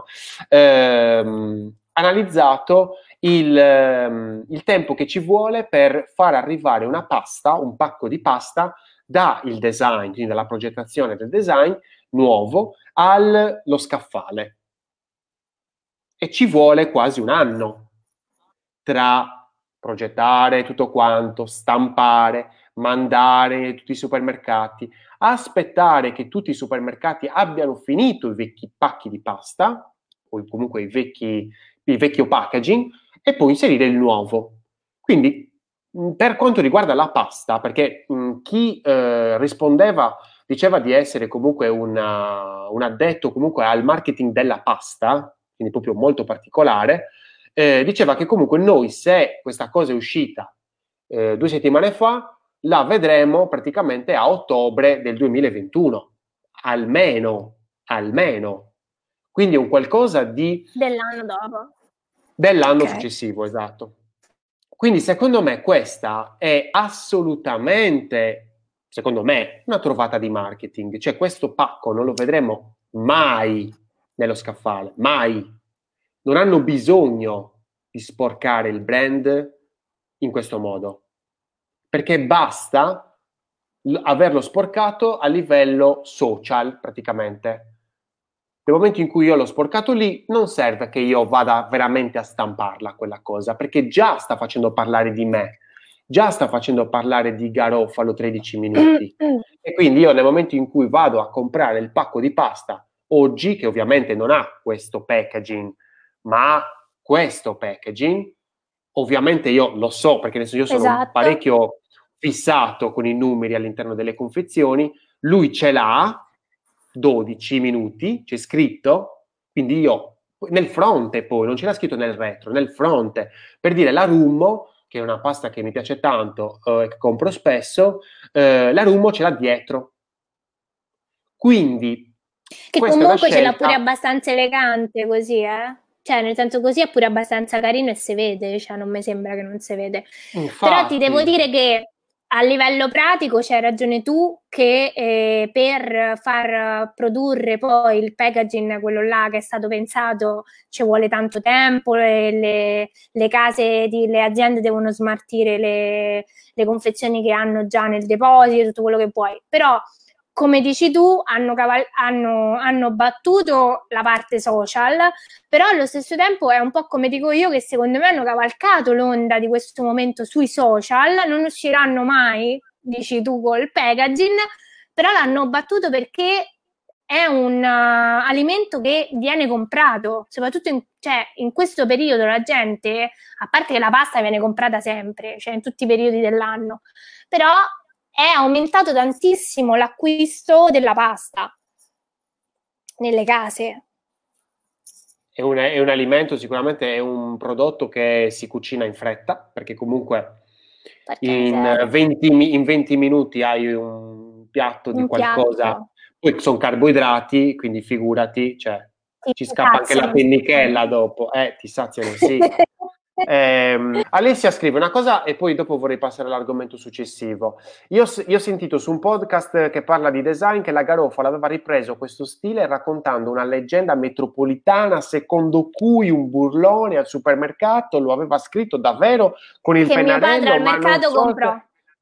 analizzato il tempo che ci vuole per far arrivare una pasta, un pacco di pasta, dal design, quindi dalla progettazione del design nuovo, allo scaffale. E ci vuole quasi un anno tra progettare tutto quanto, stampare, mandare in tutti i supermercati, aspettare che tutti i supermercati abbiano finito i vecchi pacchi di pasta, o comunque il vecchio packaging, e poi inserire il nuovo. Quindi, per quanto riguarda la pasta, perché chi rispondeva diceva di essere comunque un addetto comunque al marketing della pasta, quindi proprio molto particolare, diceva che comunque noi, se questa cosa è uscita 2 settimane fa, la vedremo praticamente a ottobre del 2021, almeno, almeno. Quindi è un qualcosa Dell'anno dopo. dell'anno Ok. successivo, esatto. Quindi secondo me questa è assolutamente secondo me, una trovata di marketing. Cioè, questo pacco non lo vedremo mai nello scaffale, mai. Non hanno bisogno di sporcare il brand in questo modo, perché basta averlo sporcato a livello social, praticamente. Nel momento in cui io l'ho sporcato lì, non serve che io vada veramente a stamparla quella cosa, perché già sta facendo parlare di me, già sta facendo parlare di Garofalo 13 minuti. E quindi io nel momento in cui vado a comprare il pacco di pasta oggi, che ovviamente non ha questo packaging, ma ha questo packaging, ovviamente io lo so, perché adesso io sono Esatto. parecchio fissato con i numeri all'interno delle confezioni, lui ce l'ha 12 minuti, c'è scritto, quindi io nel fronte poi, non c'era scritto nel retro, nel fronte, per dire la Rummo, che è una pasta che mi piace tanto e che compro spesso, la Rummo ce l'ha dietro. Quindi Che questa è una comunque ce l'ha pure scelta, abbastanza elegante così, eh? Cioè, nel senso così è pure abbastanza carino e si vede, cioè non mi sembra che non si vede. Però ti devo infatti, dire che a livello pratico c'hai ragione tu che per far produrre poi il packaging, quello là che è stato pensato, ci vuole tanto tempo, le case, le aziende devono smaltire le confezioni che hanno già nel deposito, tutto quello che vuoi. Però come dici tu, hanno battuto la parte social, però allo stesso tempo è un po' come dico io che secondo me hanno cavalcato l'onda di questo momento sui social, non usciranno mai, dici tu, col packaging, però l'hanno battuto perché è un alimento che viene comprato, soprattutto cioè, in questo periodo la gente, a parte che la pasta viene comprata sempre, cioè in tutti i periodi dell'anno, però è aumentato tantissimo l'acquisto della pasta nelle case. è un alimento, sicuramente è un prodotto che si cucina in fretta, perché comunque Porca miseria. in 20 minuti hai un piatto di Un qualcosa, piatto. poi sono carboidrati, quindi figurati, cioè, Sì, ci ti scappa anche la saziano pennichella sicuramente. dopo, ti saziano, sì. Alessia scrive una cosa e poi dopo vorrei passare all'argomento successivo. Io ho sentito su un podcast che parla di design che la Garofalo aveva ripreso questo stile raccontando una leggenda metropolitana secondo cui un burlone al supermercato lo aveva scritto davvero con il Che mio padre pennarello, al ma non mercato so comprò. se...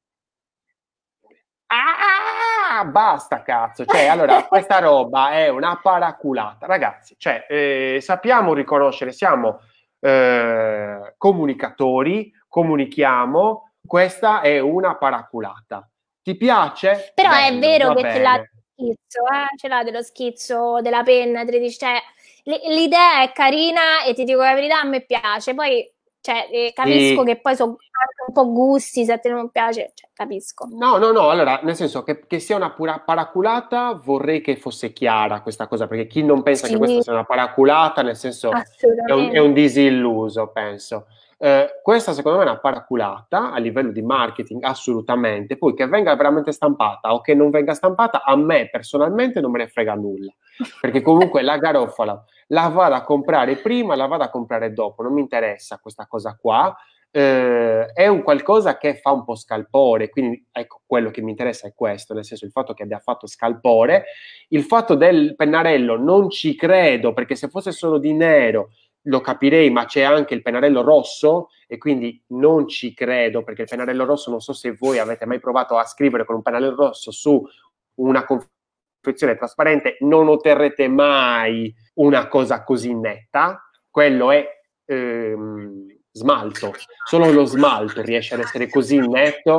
Ah, basta cazzo, cioè allora questa roba è una paraculata, ragazzi, cioè sappiamo riconoscere, siamo comunicatori, comunichiamo, questa è una paraculata. Ti piace? Però è Bello, vero va che ce l'ha bene. dello schizzo, ce l'ha dello schizzo della penna 13, cioè l'idea è carina e ti dico la verità, a me piace. Poi cioè, capisco Sì. che poi sono anche un po' gusti, se a te non piace, cioè, capisco. No, no, no, allora, nel senso che sia una pura paraculata, vorrei che fosse chiara questa cosa, perché chi non pensa che questa Sì, sia una paraculata, nel senso, è un assolutamente. disilluso, penso. Questa secondo me è una paraculata a livello di marketing, assolutamente. Poi che venga veramente stampata o che non venga stampata, a me personalmente non me ne frega nulla, perché comunque la Garofalo la vado a comprare prima, la vado a comprare dopo, non mi interessa questa cosa qua. È un qualcosa che fa un po' scalpore, quindi ecco, quello che mi interessa è questo, nel senso il fatto che abbia fatto scalpore, il fatto del pennarello non ci credo, perché se fosse solo di nero lo capirei, ma c'è anche il pennarello rosso e quindi non ci credo, perché il pennarello rosso, non so se voi avete mai provato a scrivere con un pennarello rosso su una confezione trasparente, non otterrete mai una cosa così netta, quello è smalto, solo lo smalto riesce ad essere così netto,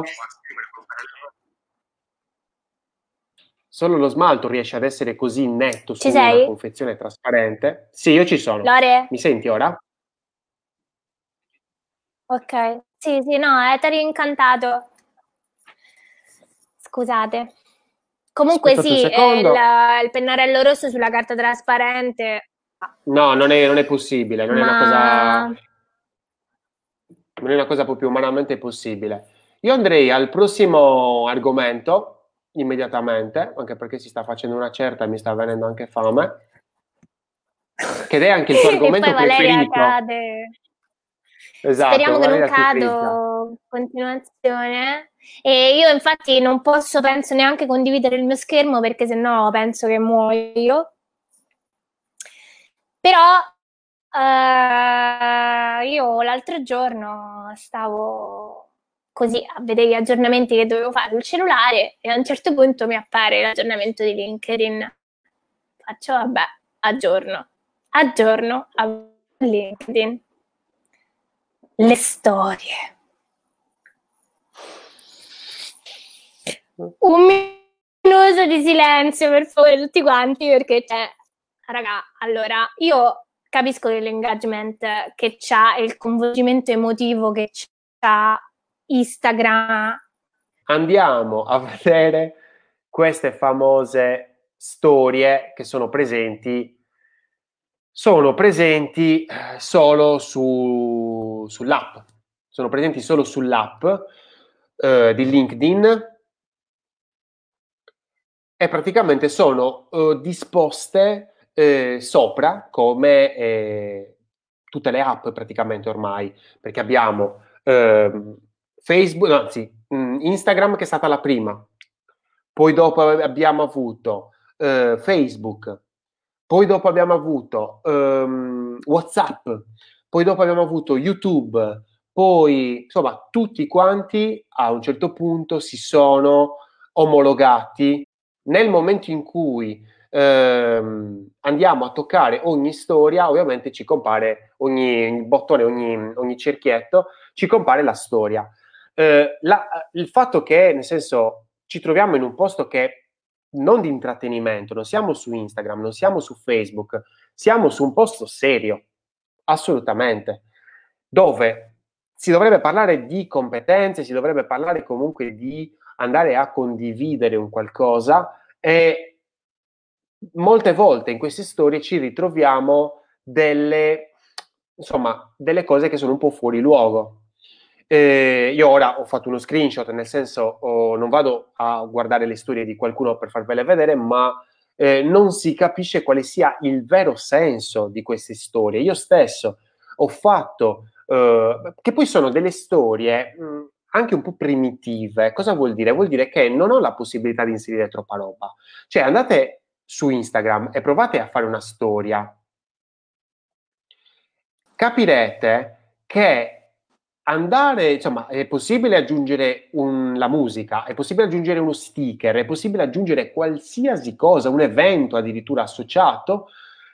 solo lo smalto riesce ad essere così netto Ci su una sei? confezione trasparente. Sì, io ci sono. Lore? Mi senti ora? Ok. Sì, sì, no, t'eri incantato. Scusate. Comunque Aspettate un sì, secondo. il pennarello rosso sulla carta trasparente, No, non è possibile, ma non è una cosa proprio umanamente possibile. Io andrei al prossimo argomento immediatamente, anche perché si sta facendo una certa e mi sta venendo anche fame, che è anche il tuo e poi argomento Valeria preferito. cade. Esatto, Speriamo che una non vita più grigia. cado in continuazione. E io infatti non posso, penso, neanche condividere il mio schermo perché sennò penso che muoio. Però io l'altro giorno stavo così a vedere gli aggiornamenti che dovevo fare sul cellulare e a un certo punto mi appare l'aggiornamento di LinkedIn. Faccio, vabbè, aggiorno a LinkedIn. Le storie. Un minuto di silenzio per favore tutti quanti perché c'è, raga, allora io capisco che l'engagement che c'ha e il coinvolgimento emotivo che c'ha Instagram. Andiamo a vedere queste famose storie che sono presenti solo sull'app, sono presenti solo sull'app di LinkedIn e praticamente sono disposte sopra come tutte le app praticamente ormai, perché abbiamo Facebook, no, anzi, Instagram che è stata la prima, poi dopo abbiamo avuto Facebook, poi dopo abbiamo avuto WhatsApp, poi dopo abbiamo avuto YouTube, poi insomma tutti quanti a un certo punto si sono omologati nel momento in cui andiamo a toccare ogni storia, ovviamente ci compare ogni bottone, ogni cerchietto, ci compare la storia. Il fatto che, nel senso, ci troviamo in un posto che non di intrattenimento, non siamo su Instagram, non siamo su Facebook, siamo su un posto serio, assolutamente, dove si dovrebbe parlare di competenze, si dovrebbe parlare comunque di andare a condividere un qualcosa e molte volte in queste storie ci ritroviamo insomma, delle cose che sono un po' fuori luogo. Io ora ho fatto uno screenshot, nel senso non vado a guardare le storie di qualcuno per farvele vedere, ma non si capisce quale sia il vero senso di queste storie. Io stesso ho fatto, che poi sono delle storie anche un po' primitive. Cosa vuol dire? Vuol dire che non ho la possibilità di inserire troppa roba. Cioè, andate su Instagram e provate a fare una storia, capirete che andare, insomma, è possibile aggiungere la musica, è possibile aggiungere uno sticker, è possibile aggiungere qualsiasi cosa, un evento addirittura associato.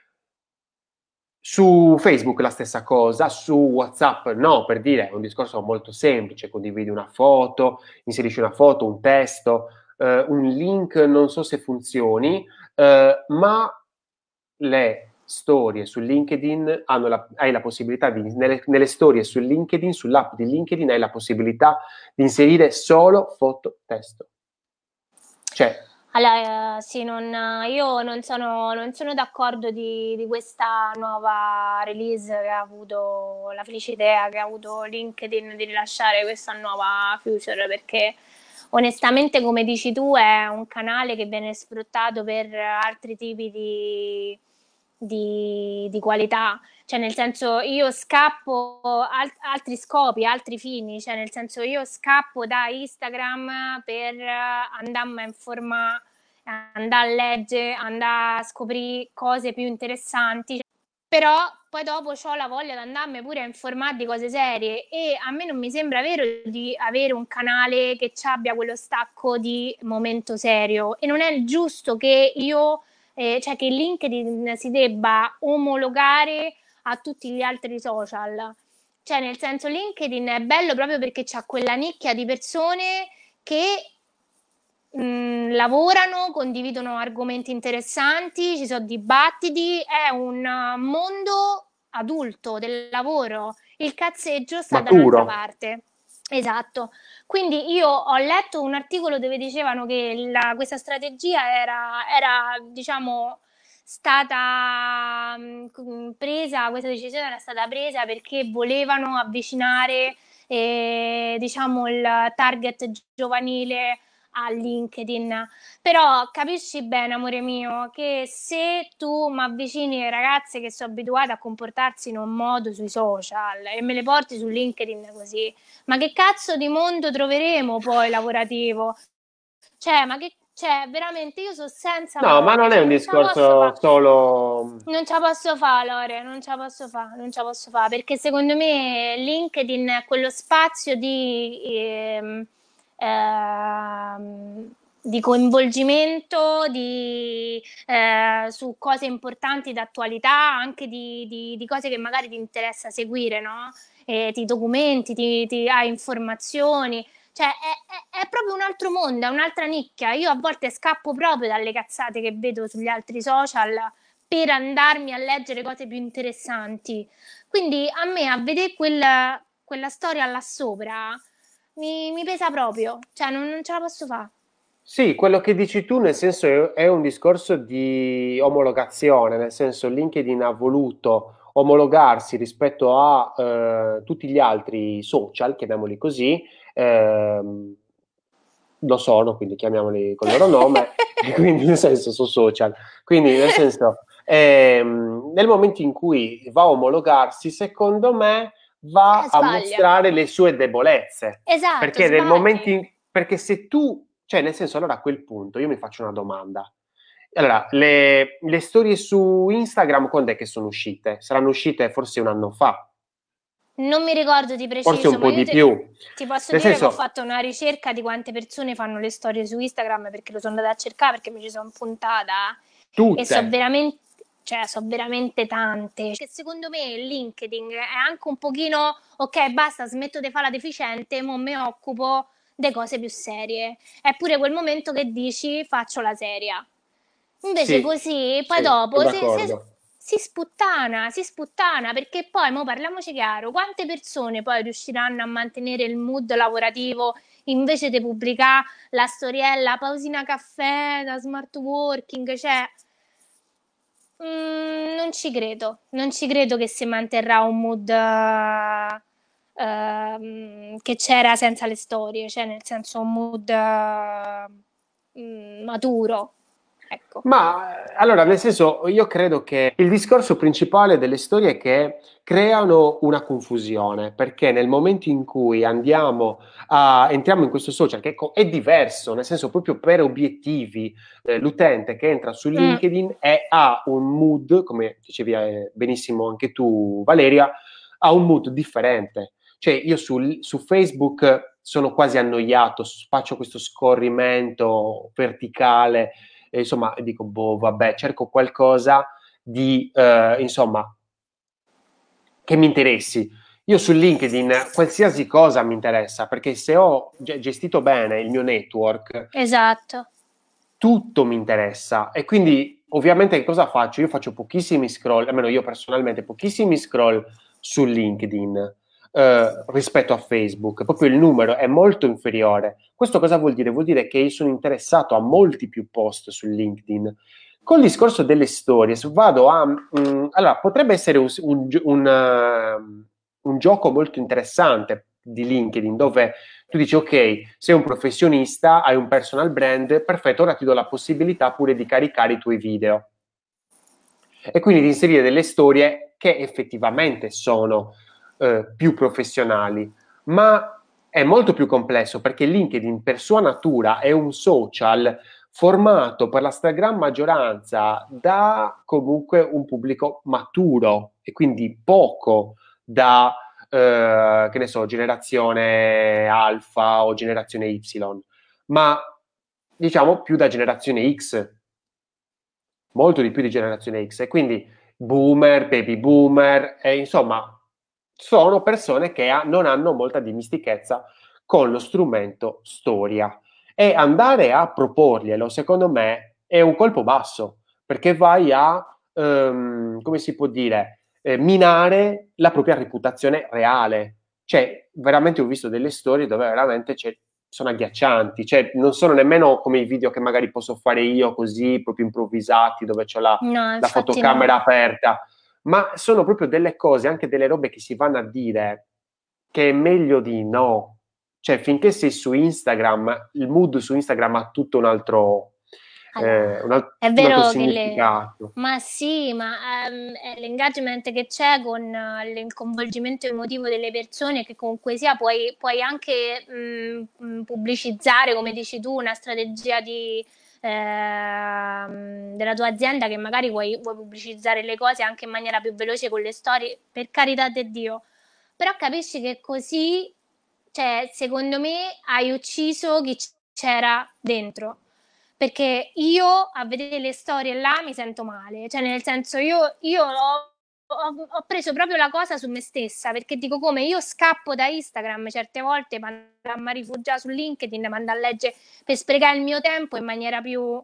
Su Facebook la stessa cosa, su WhatsApp no, per dire, è un discorso molto semplice, condividi una foto, inserisci una foto, un testo, un link, non so se funzioni, ma le storie su LinkedIn hai la possibilità nelle storie su LinkedIn, sull'app di LinkedIn hai la possibilità di inserire solo foto, testo. Cioè, Allora, sì, io non sono d'accordo di questa nuova release che ha avuto la felice idea che ha avuto LinkedIn di rilasciare questa nuova feature perché onestamente, come dici tu, è un canale che viene sfruttato per altri tipi di qualità. Cioè, nel senso, io scappo altri scopi, altri fini, cioè, nel senso, io scappo da Instagram per andarmi a informare, andare a leggere, andare a scoprire cose più interessanti. Però poi dopo ho la voglia di andarmi pure a informare di cose serie e a me non mi sembra vero di avere un canale che abbia quello stacco di momento serio e non è giusto che cioè che LinkedIn si debba omologare a tutti gli altri social. Cioè, nel senso, LinkedIn è bello proprio perché c'ha quella nicchia di persone che lavorano, condividono argomenti interessanti, ci sono dibattiti, è un mondo adulto del lavoro, il cazzeggio sta da un'altra maturo. parte. Esatto. Quindi io ho letto un articolo dove dicevano che questa strategia era, diciamo, stata presa, questa decisione era stata presa perché volevano avvicinare, diciamo, il target giovanile a LinkedIn, però capisci bene, amore mio, che se tu mi avvicini alle ragazze che sono abituate a comportarsi in un modo sui social e me le porti su LinkedIn così, ma che cazzo di mondo troveremo poi lavorativo? Cioè, cioè, veramente io sono senza No, ma parole, non è cioè, un non ce la posso discorso fare. solo... Non ce la posso fare, Lore, non ce la posso fare, non ce la posso fare, perché secondo me LinkedIn è quello spazio di coinvolgimento, su cose importanti d'attualità, anche di cose che magari ti interessa seguire, no? Ti documenti, hai informazioni. Cioè, è proprio un altro mondo, è un'altra nicchia. Io a volte scappo proprio dalle cazzate che vedo sugli altri social per andarmi a leggere cose più interessanti. Quindi a me a vedere quella storia là sopra mi pesa proprio, cioè non ce la posso fare. Sì, quello che dici tu, nel senso è un discorso di omologazione, nel senso LinkedIn ha voluto omologarsi rispetto a tutti gli altri social, chiamiamoli così, ehm, lo sono, quindi chiamiamoli col loro nome, e quindi nel senso sono social. Quindi nel senso, nel momento in cui va a omologarsi, secondo me va a Sbaglia. mostrare le sue debolezze. Esatto, Perché nel momento sbagli. perché se tu, cioè nel senso, allora a quel punto io mi faccio una domanda. Allora, le storie su Instagram quando è che sono uscite? Saranno uscite forse un anno fa, Non mi ricordo di forse preciso, un ma po' io di più. ti posso Nel dire che ho senso, fatto una ricerca di quante persone fanno le storie su Instagram perché lo sono andata a cercare perché mi ci sono puntata e tutte. so veramente, cioè, so veramente tante. Cioè, secondo me LinkedIn è anche un pochino, ok, basta, smetto di fare la deficiente, mo mi occupo di cose più serie. È pure quel momento che dici faccio la seria. Invece Sì, così, poi sì, dopo sono d'accordo. si sputtana, perché poi, mo parliamoci chiaro, quante persone poi riusciranno a mantenere il mood lavorativo invece di pubblicare la storiella, pausina caffè, da smart working, cioè, non ci credo, non ci credo che si manterrà un mood che c'era senza le storie, cioè nel senso un mood maturo, ecco. Ma allora, nel senso, io credo che il discorso principale delle storie è che creano una confusione, perché nel momento in cui entriamo in questo social, che è diverso, nel senso proprio per obiettivi, l'utente che entra su Mm. LinkedIn ha un mood, come dicevi benissimo anche tu, Valeria, ha un mood differente. Cioè, io su Facebook sono quasi annoiato, faccio questo scorrimento verticale e insomma dico, boh, vabbè, cerco qualcosa di, insomma, che mi interessi. Io su LinkedIn qualsiasi cosa mi interessa, perché se ho gestito bene il mio network, Esatto. tutto mi interessa e quindi ovviamente che cosa faccio? Io faccio pochissimi scroll, almeno io personalmente, pochissimi scroll su LinkedIn rispetto a Facebook, proprio il numero è molto inferiore. Questo cosa vuol dire? Vuol dire che io sono interessato a molti più post su LinkedIn. Col discorso delle stories vado a... allora, potrebbe essere un gioco molto interessante di LinkedIn dove tu dici ok, sei un professionista, hai un personal brand, perfetto, ora ti do la possibilità pure di caricare i tuoi video e quindi di inserire delle storie che effettivamente sono più professionali, ma è molto più complesso perché LinkedIn per sua natura è un social formato per la stragrande maggioranza da comunque un pubblico maturo e quindi poco da che ne so, generazione alfa o generazione Y, ma diciamo più da generazione X, molto di più di generazione X, e quindi boomer, baby boomer, e insomma, sono persone che non hanno molta dimestichezza con lo strumento storia. E andare a proporglielo, secondo me, è un colpo basso, perché vai a, come si può dire, minare la propria reputazione reale. Cioè, veramente ho visto delle storie dove veramente sono agghiaccianti, cioè non sono nemmeno come i video che magari posso fare io così, proprio improvvisati, dove c'ho No, la infatti fotocamera no. aperta, ma sono proprio delle cose, anche delle robe che si vanno a dire che è meglio di no. cioè finché sei su Instagram, il mood su Instagram ha tutto Allora, è un altro vero che significato. ma sì, ma è l'engagement che c'è con il coinvolgimento emotivo delle persone, che comunque sia puoi anche pubblicizzare, come dici tu, una strategia della tua azienda, che magari vuoi pubblicizzare le cose anche in maniera più veloce con le storie, per carità di Dio. Però capisci che così, cioè, secondo me hai ucciso chi c'era dentro. Perché io a vedere le storie là mi sento male, cioè nel senso ho preso proprio la cosa su me stessa, perché dico, come io scappo da Instagram certe volte, mando a rifugiare su LinkedIn, mando a leggere per sprecare il mio tempo in maniera più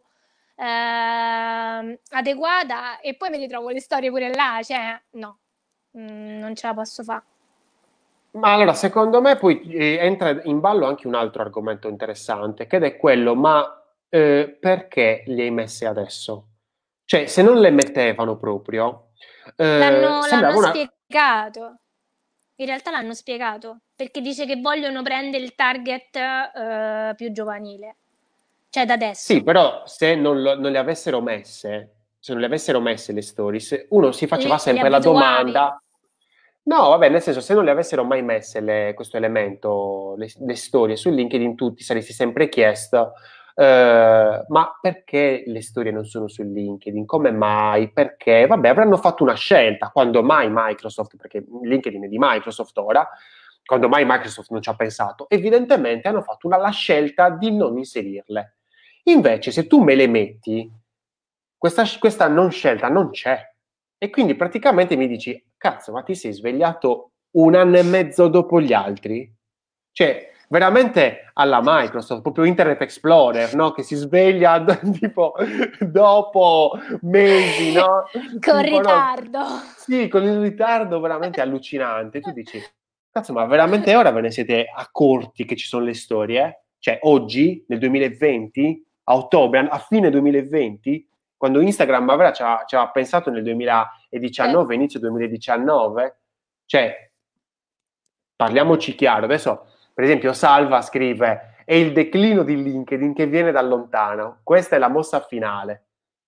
adeguata, e poi mi ritrovo le storie pure là, cioè no, non ce la posso fare. Ma allora, secondo me poi entra in ballo anche un altro argomento interessante, che è quello, ma perché li hai messi adesso? Cioè, se non le mettevano proprio, L'hanno sembrava una... spiegato. In realtà l'hanno spiegato, perché dice che vogliono prendere il target più giovanile, cioè da Sì, adesso. però se non le avessero messe, se non le avessero messe le stories, uno si faceva Li sempre la abituavi. domanda, no, vabbè, nel senso, se non le avessero mai messe questo elemento, le storie su LinkedIn, tu ti saresti sempre chiesto, ma perché le storie non sono su LinkedIn? Come mai? Perché? Vabbè, avranno fatto una scelta, quando mai Microsoft, perché LinkedIn è di Microsoft ora, quando mai Microsoft non ci ha pensato, evidentemente hanno fatto la scelta di non inserirle. Invece, se tu me le metti, questa non scelta non c'è. E quindi praticamente mi dici, cazzo, ma ti sei svegliato un anno e mezzo dopo gli altri? Cioè, veramente alla Microsoft, proprio Internet Explorer, no? Che si sveglia tipo dopo mesi, no? Con Tipo, no? ritardo. Sì, con il ritardo veramente allucinante. Tu dici, cazzo, ma veramente ora ve ne siete accorti che ci sono le storie? Cioè, oggi, nel 2020, a ottobre, a fine 2020, quando Instagram ci ha pensato nel 2019, Certo. inizio 2019, cioè, parliamoci chiaro, adesso, per esempio, Salva scrive, è il declino di LinkedIn che viene da lontano, questa è la mossa finale.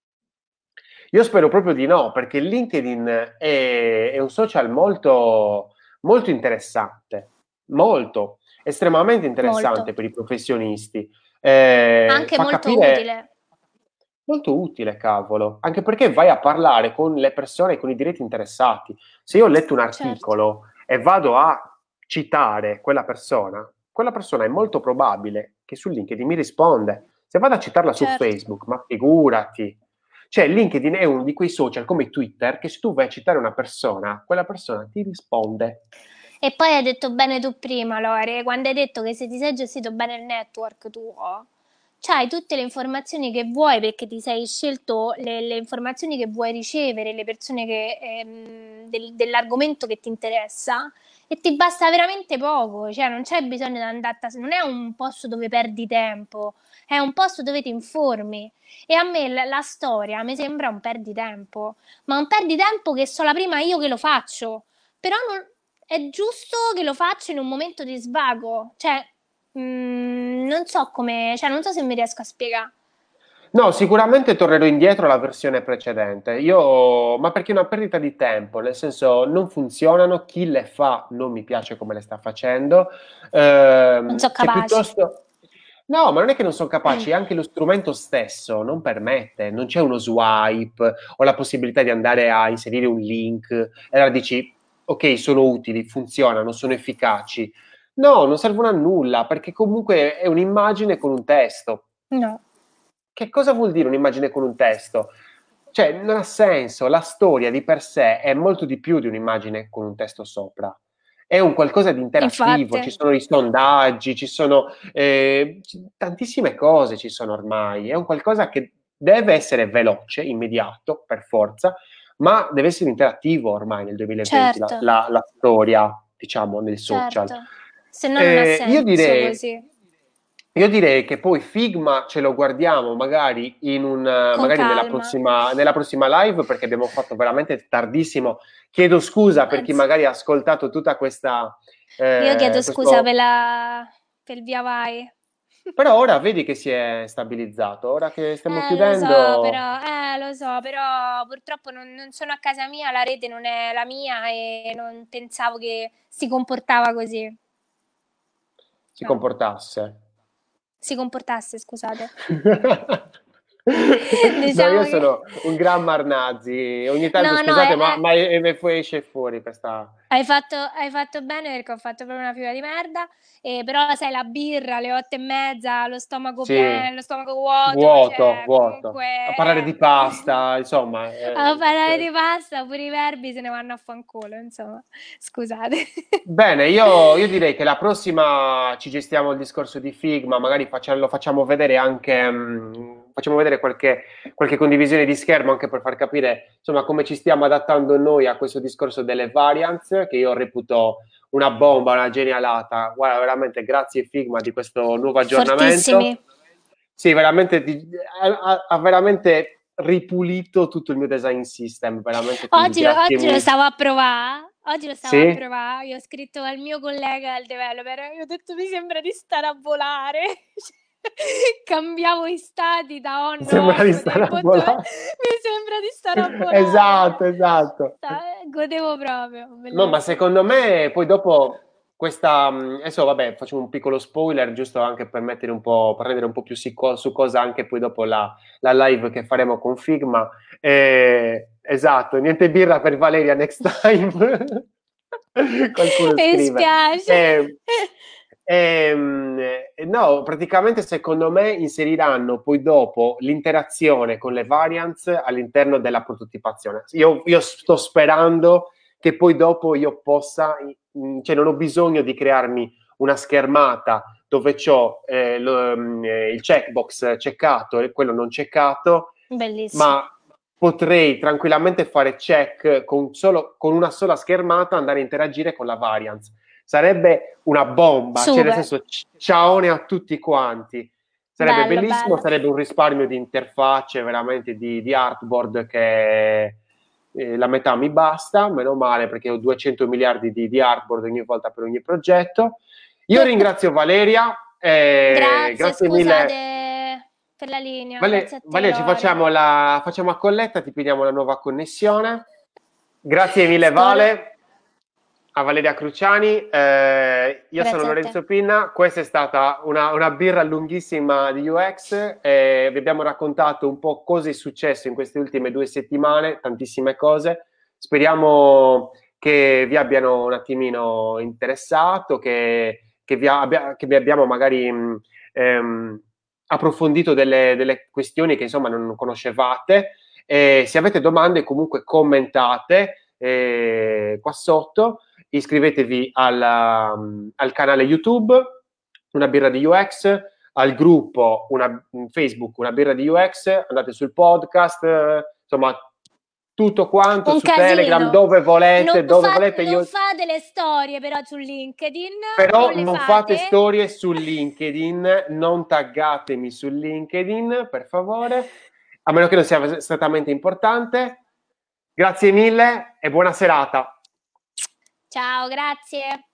Io spero proprio di no, perché LinkedIn è un social molto, molto interessante, molto, estremamente interessante Molto. per i professionisti. Anche Fa molto capire utile. molto utile, cavolo, anche perché vai a parlare con le persone, con i diretti interessati. Se io ho letto un Certo. articolo e vado a citare quella persona è molto probabile che su LinkedIn mi risponde. Se vado a citarla su Certo. Facebook, ma figurati. Cioè, LinkedIn è uno di quei social come Twitter che se tu vai a citare una persona, quella persona ti risponde. E poi hai detto bene tu prima, Lore, quando hai detto che se ti sei gestito bene il network tuo, c'hai tutte le informazioni che vuoi, perché ti sei scelto le informazioni che vuoi ricevere, le persone dell'argomento che ti interessa, e ti basta veramente poco, cioè non c'è bisogno di andare non è un posto dove perdi tempo, è un posto dove ti informi. E a me la storia mi sembra un perditempo, ma un perditempo che so la prima io che lo faccio. Però è giusto che lo faccia in un momento di svago, cioè, non so come, cioè, non so se mi riesco a spiegare. No, sicuramente tornerò indietro alla versione precedente. Ma perché è una perdita di tempo, nel senso non funzionano, chi le fa non mi piace come le sta facendo. Non so Se capaci. piuttosto... No, ma non è che non sono Mm, capaci, anche lo strumento stesso non permette, non c'è uno swipe o la possibilità di andare a inserire un link e allora dici, ok, sono utili, funzionano, sono efficaci. No, non servono a nulla perché comunque è un'immagine con un testo. no, Che cosa vuol dire un'immagine con un testo? Cioè, non ha senso, la storia di per sé è molto di più di un'immagine con un testo sopra. È un qualcosa di interattivo, ci infatti, sono i sondaggi, ci sono tantissime cose ci sono ormai. È un qualcosa che deve essere veloce, immediato, per forza, ma deve essere interattivo ormai nel 2020, certo, la storia, diciamo, nel social. certo. Se no non ha Io senso direi, così. io direi che poi Figma ce lo guardiamo magari, Con magari calma. nella prossima live perché abbiamo fatto veramente tardissimo. Chiedo scusa per chi Anzi, magari ha ascoltato tutta questa, io chiedo scusa questo... per il via vai. Però ora vedi che si è stabilizzato, ora che stiamo Lo so, chiudendo. però purtroppo non sono a casa mia, la rete non è la mia e non pensavo che si comportava così. Si No, comportasse. si comportasse, scusate. No, Diciamo io che... sono un gran Marnazzi. Ogni tanto, No, no, scusate, ma poi esce fuori questa. hai fatto bene perché ho fatto proprio una figura di merda, però sai, la birra alle 8:30, lo stomaco Sì, pieno, lo stomaco vuoto, vuoto, cioè vuoto. comunque... A parlare di pasta, insomma. A parlare di pasta, pure i verbi se ne vanno a fanculo, insomma, scusate. Bene, io direi che la prossima ci gestiamo il discorso di Figma, magari lo facciamo vedere anche, facciamo vedere qualche condivisione di schermo anche per far capire insomma come ci stiamo adattando noi a questo discorso delle variants, che io reputo una bomba, una genialata. Guarda, veramente grazie Figma di questo nuovo Fortissimi. aggiornamento. Sì, veramente ha veramente ripulito tutto il mio design system, veramente, quindi grazie Oggi lo mille. stavo a provare. Oggi lo stavo a Sì? provare. Io ho scritto al mio collega, al developer, e ho detto mi sembra di stare a volare. Cambiavo i stati da on Sembra di off stare dei a bottoni. volare. Mi sembra di stare a Esatto, volare. esatto. Godevo proprio, No, ma bellissimo. secondo me poi dopo questa, adesso vabbè, facciamo un piccolo spoiler, giusto anche per mettere un po', per rendere un po' più su cosa anche poi dopo la live che faremo con Figma. Esatto, niente birra per Valeria next time. Qualcuno Mi scrive. spiace. No, praticamente secondo me inseriranno poi dopo l'interazione con le variants all'interno della prototipazione. Io sto sperando che poi dopo io possa, cioè non ho bisogno di crearmi una schermata dove ho il checkbox checkato e quello non checkato, Bellissimo. ma potrei tranquillamente fare check con una sola schermata, andare a interagire con la variance. Sarebbe una bomba, cioè nel Super. senso ciaone a tutti quanti. Sarebbe Bello, bellissimo, bello. sarebbe un risparmio di interfacce, veramente di artboard che la metà mi basta, meno male perché ho 200 miliardi di artboard ogni volta per ogni progetto. Io ringrazio Valeria, Grazie, grazie mille. scusate per la linea, grazie a te Valeria, ci Lore. facciamo a colletta, ti prendiamo la nuova connessione. Grazie mille Spero, Vale, a Valeria Cruciani. Io sono grazie a te. Lorenzo Pinna, questa è stata una birra lunghissima di UX. Vi abbiamo raccontato un po' cosa è successo in queste ultime 2 settimane, tantissime cose. Speriamo che vi abbiano un attimino interessato, che vi abbiamo magari approfondito delle questioni che insomma non conoscevate. Se avete domande comunque commentate qua sotto, iscrivetevi al canale YouTube Una birra di UX, al gruppo Facebook Una birra di UX, andate sul podcast, insomma tutto quanto Un su Telegram, casino. dove volete. Non Io fate le storie però su LinkedIn, non però le non fate fate. storie su LinkedIn, non taggatemi su LinkedIn, per favore, a meno che non sia strettamente importante. Grazie mille e buona serata. Ciao, grazie.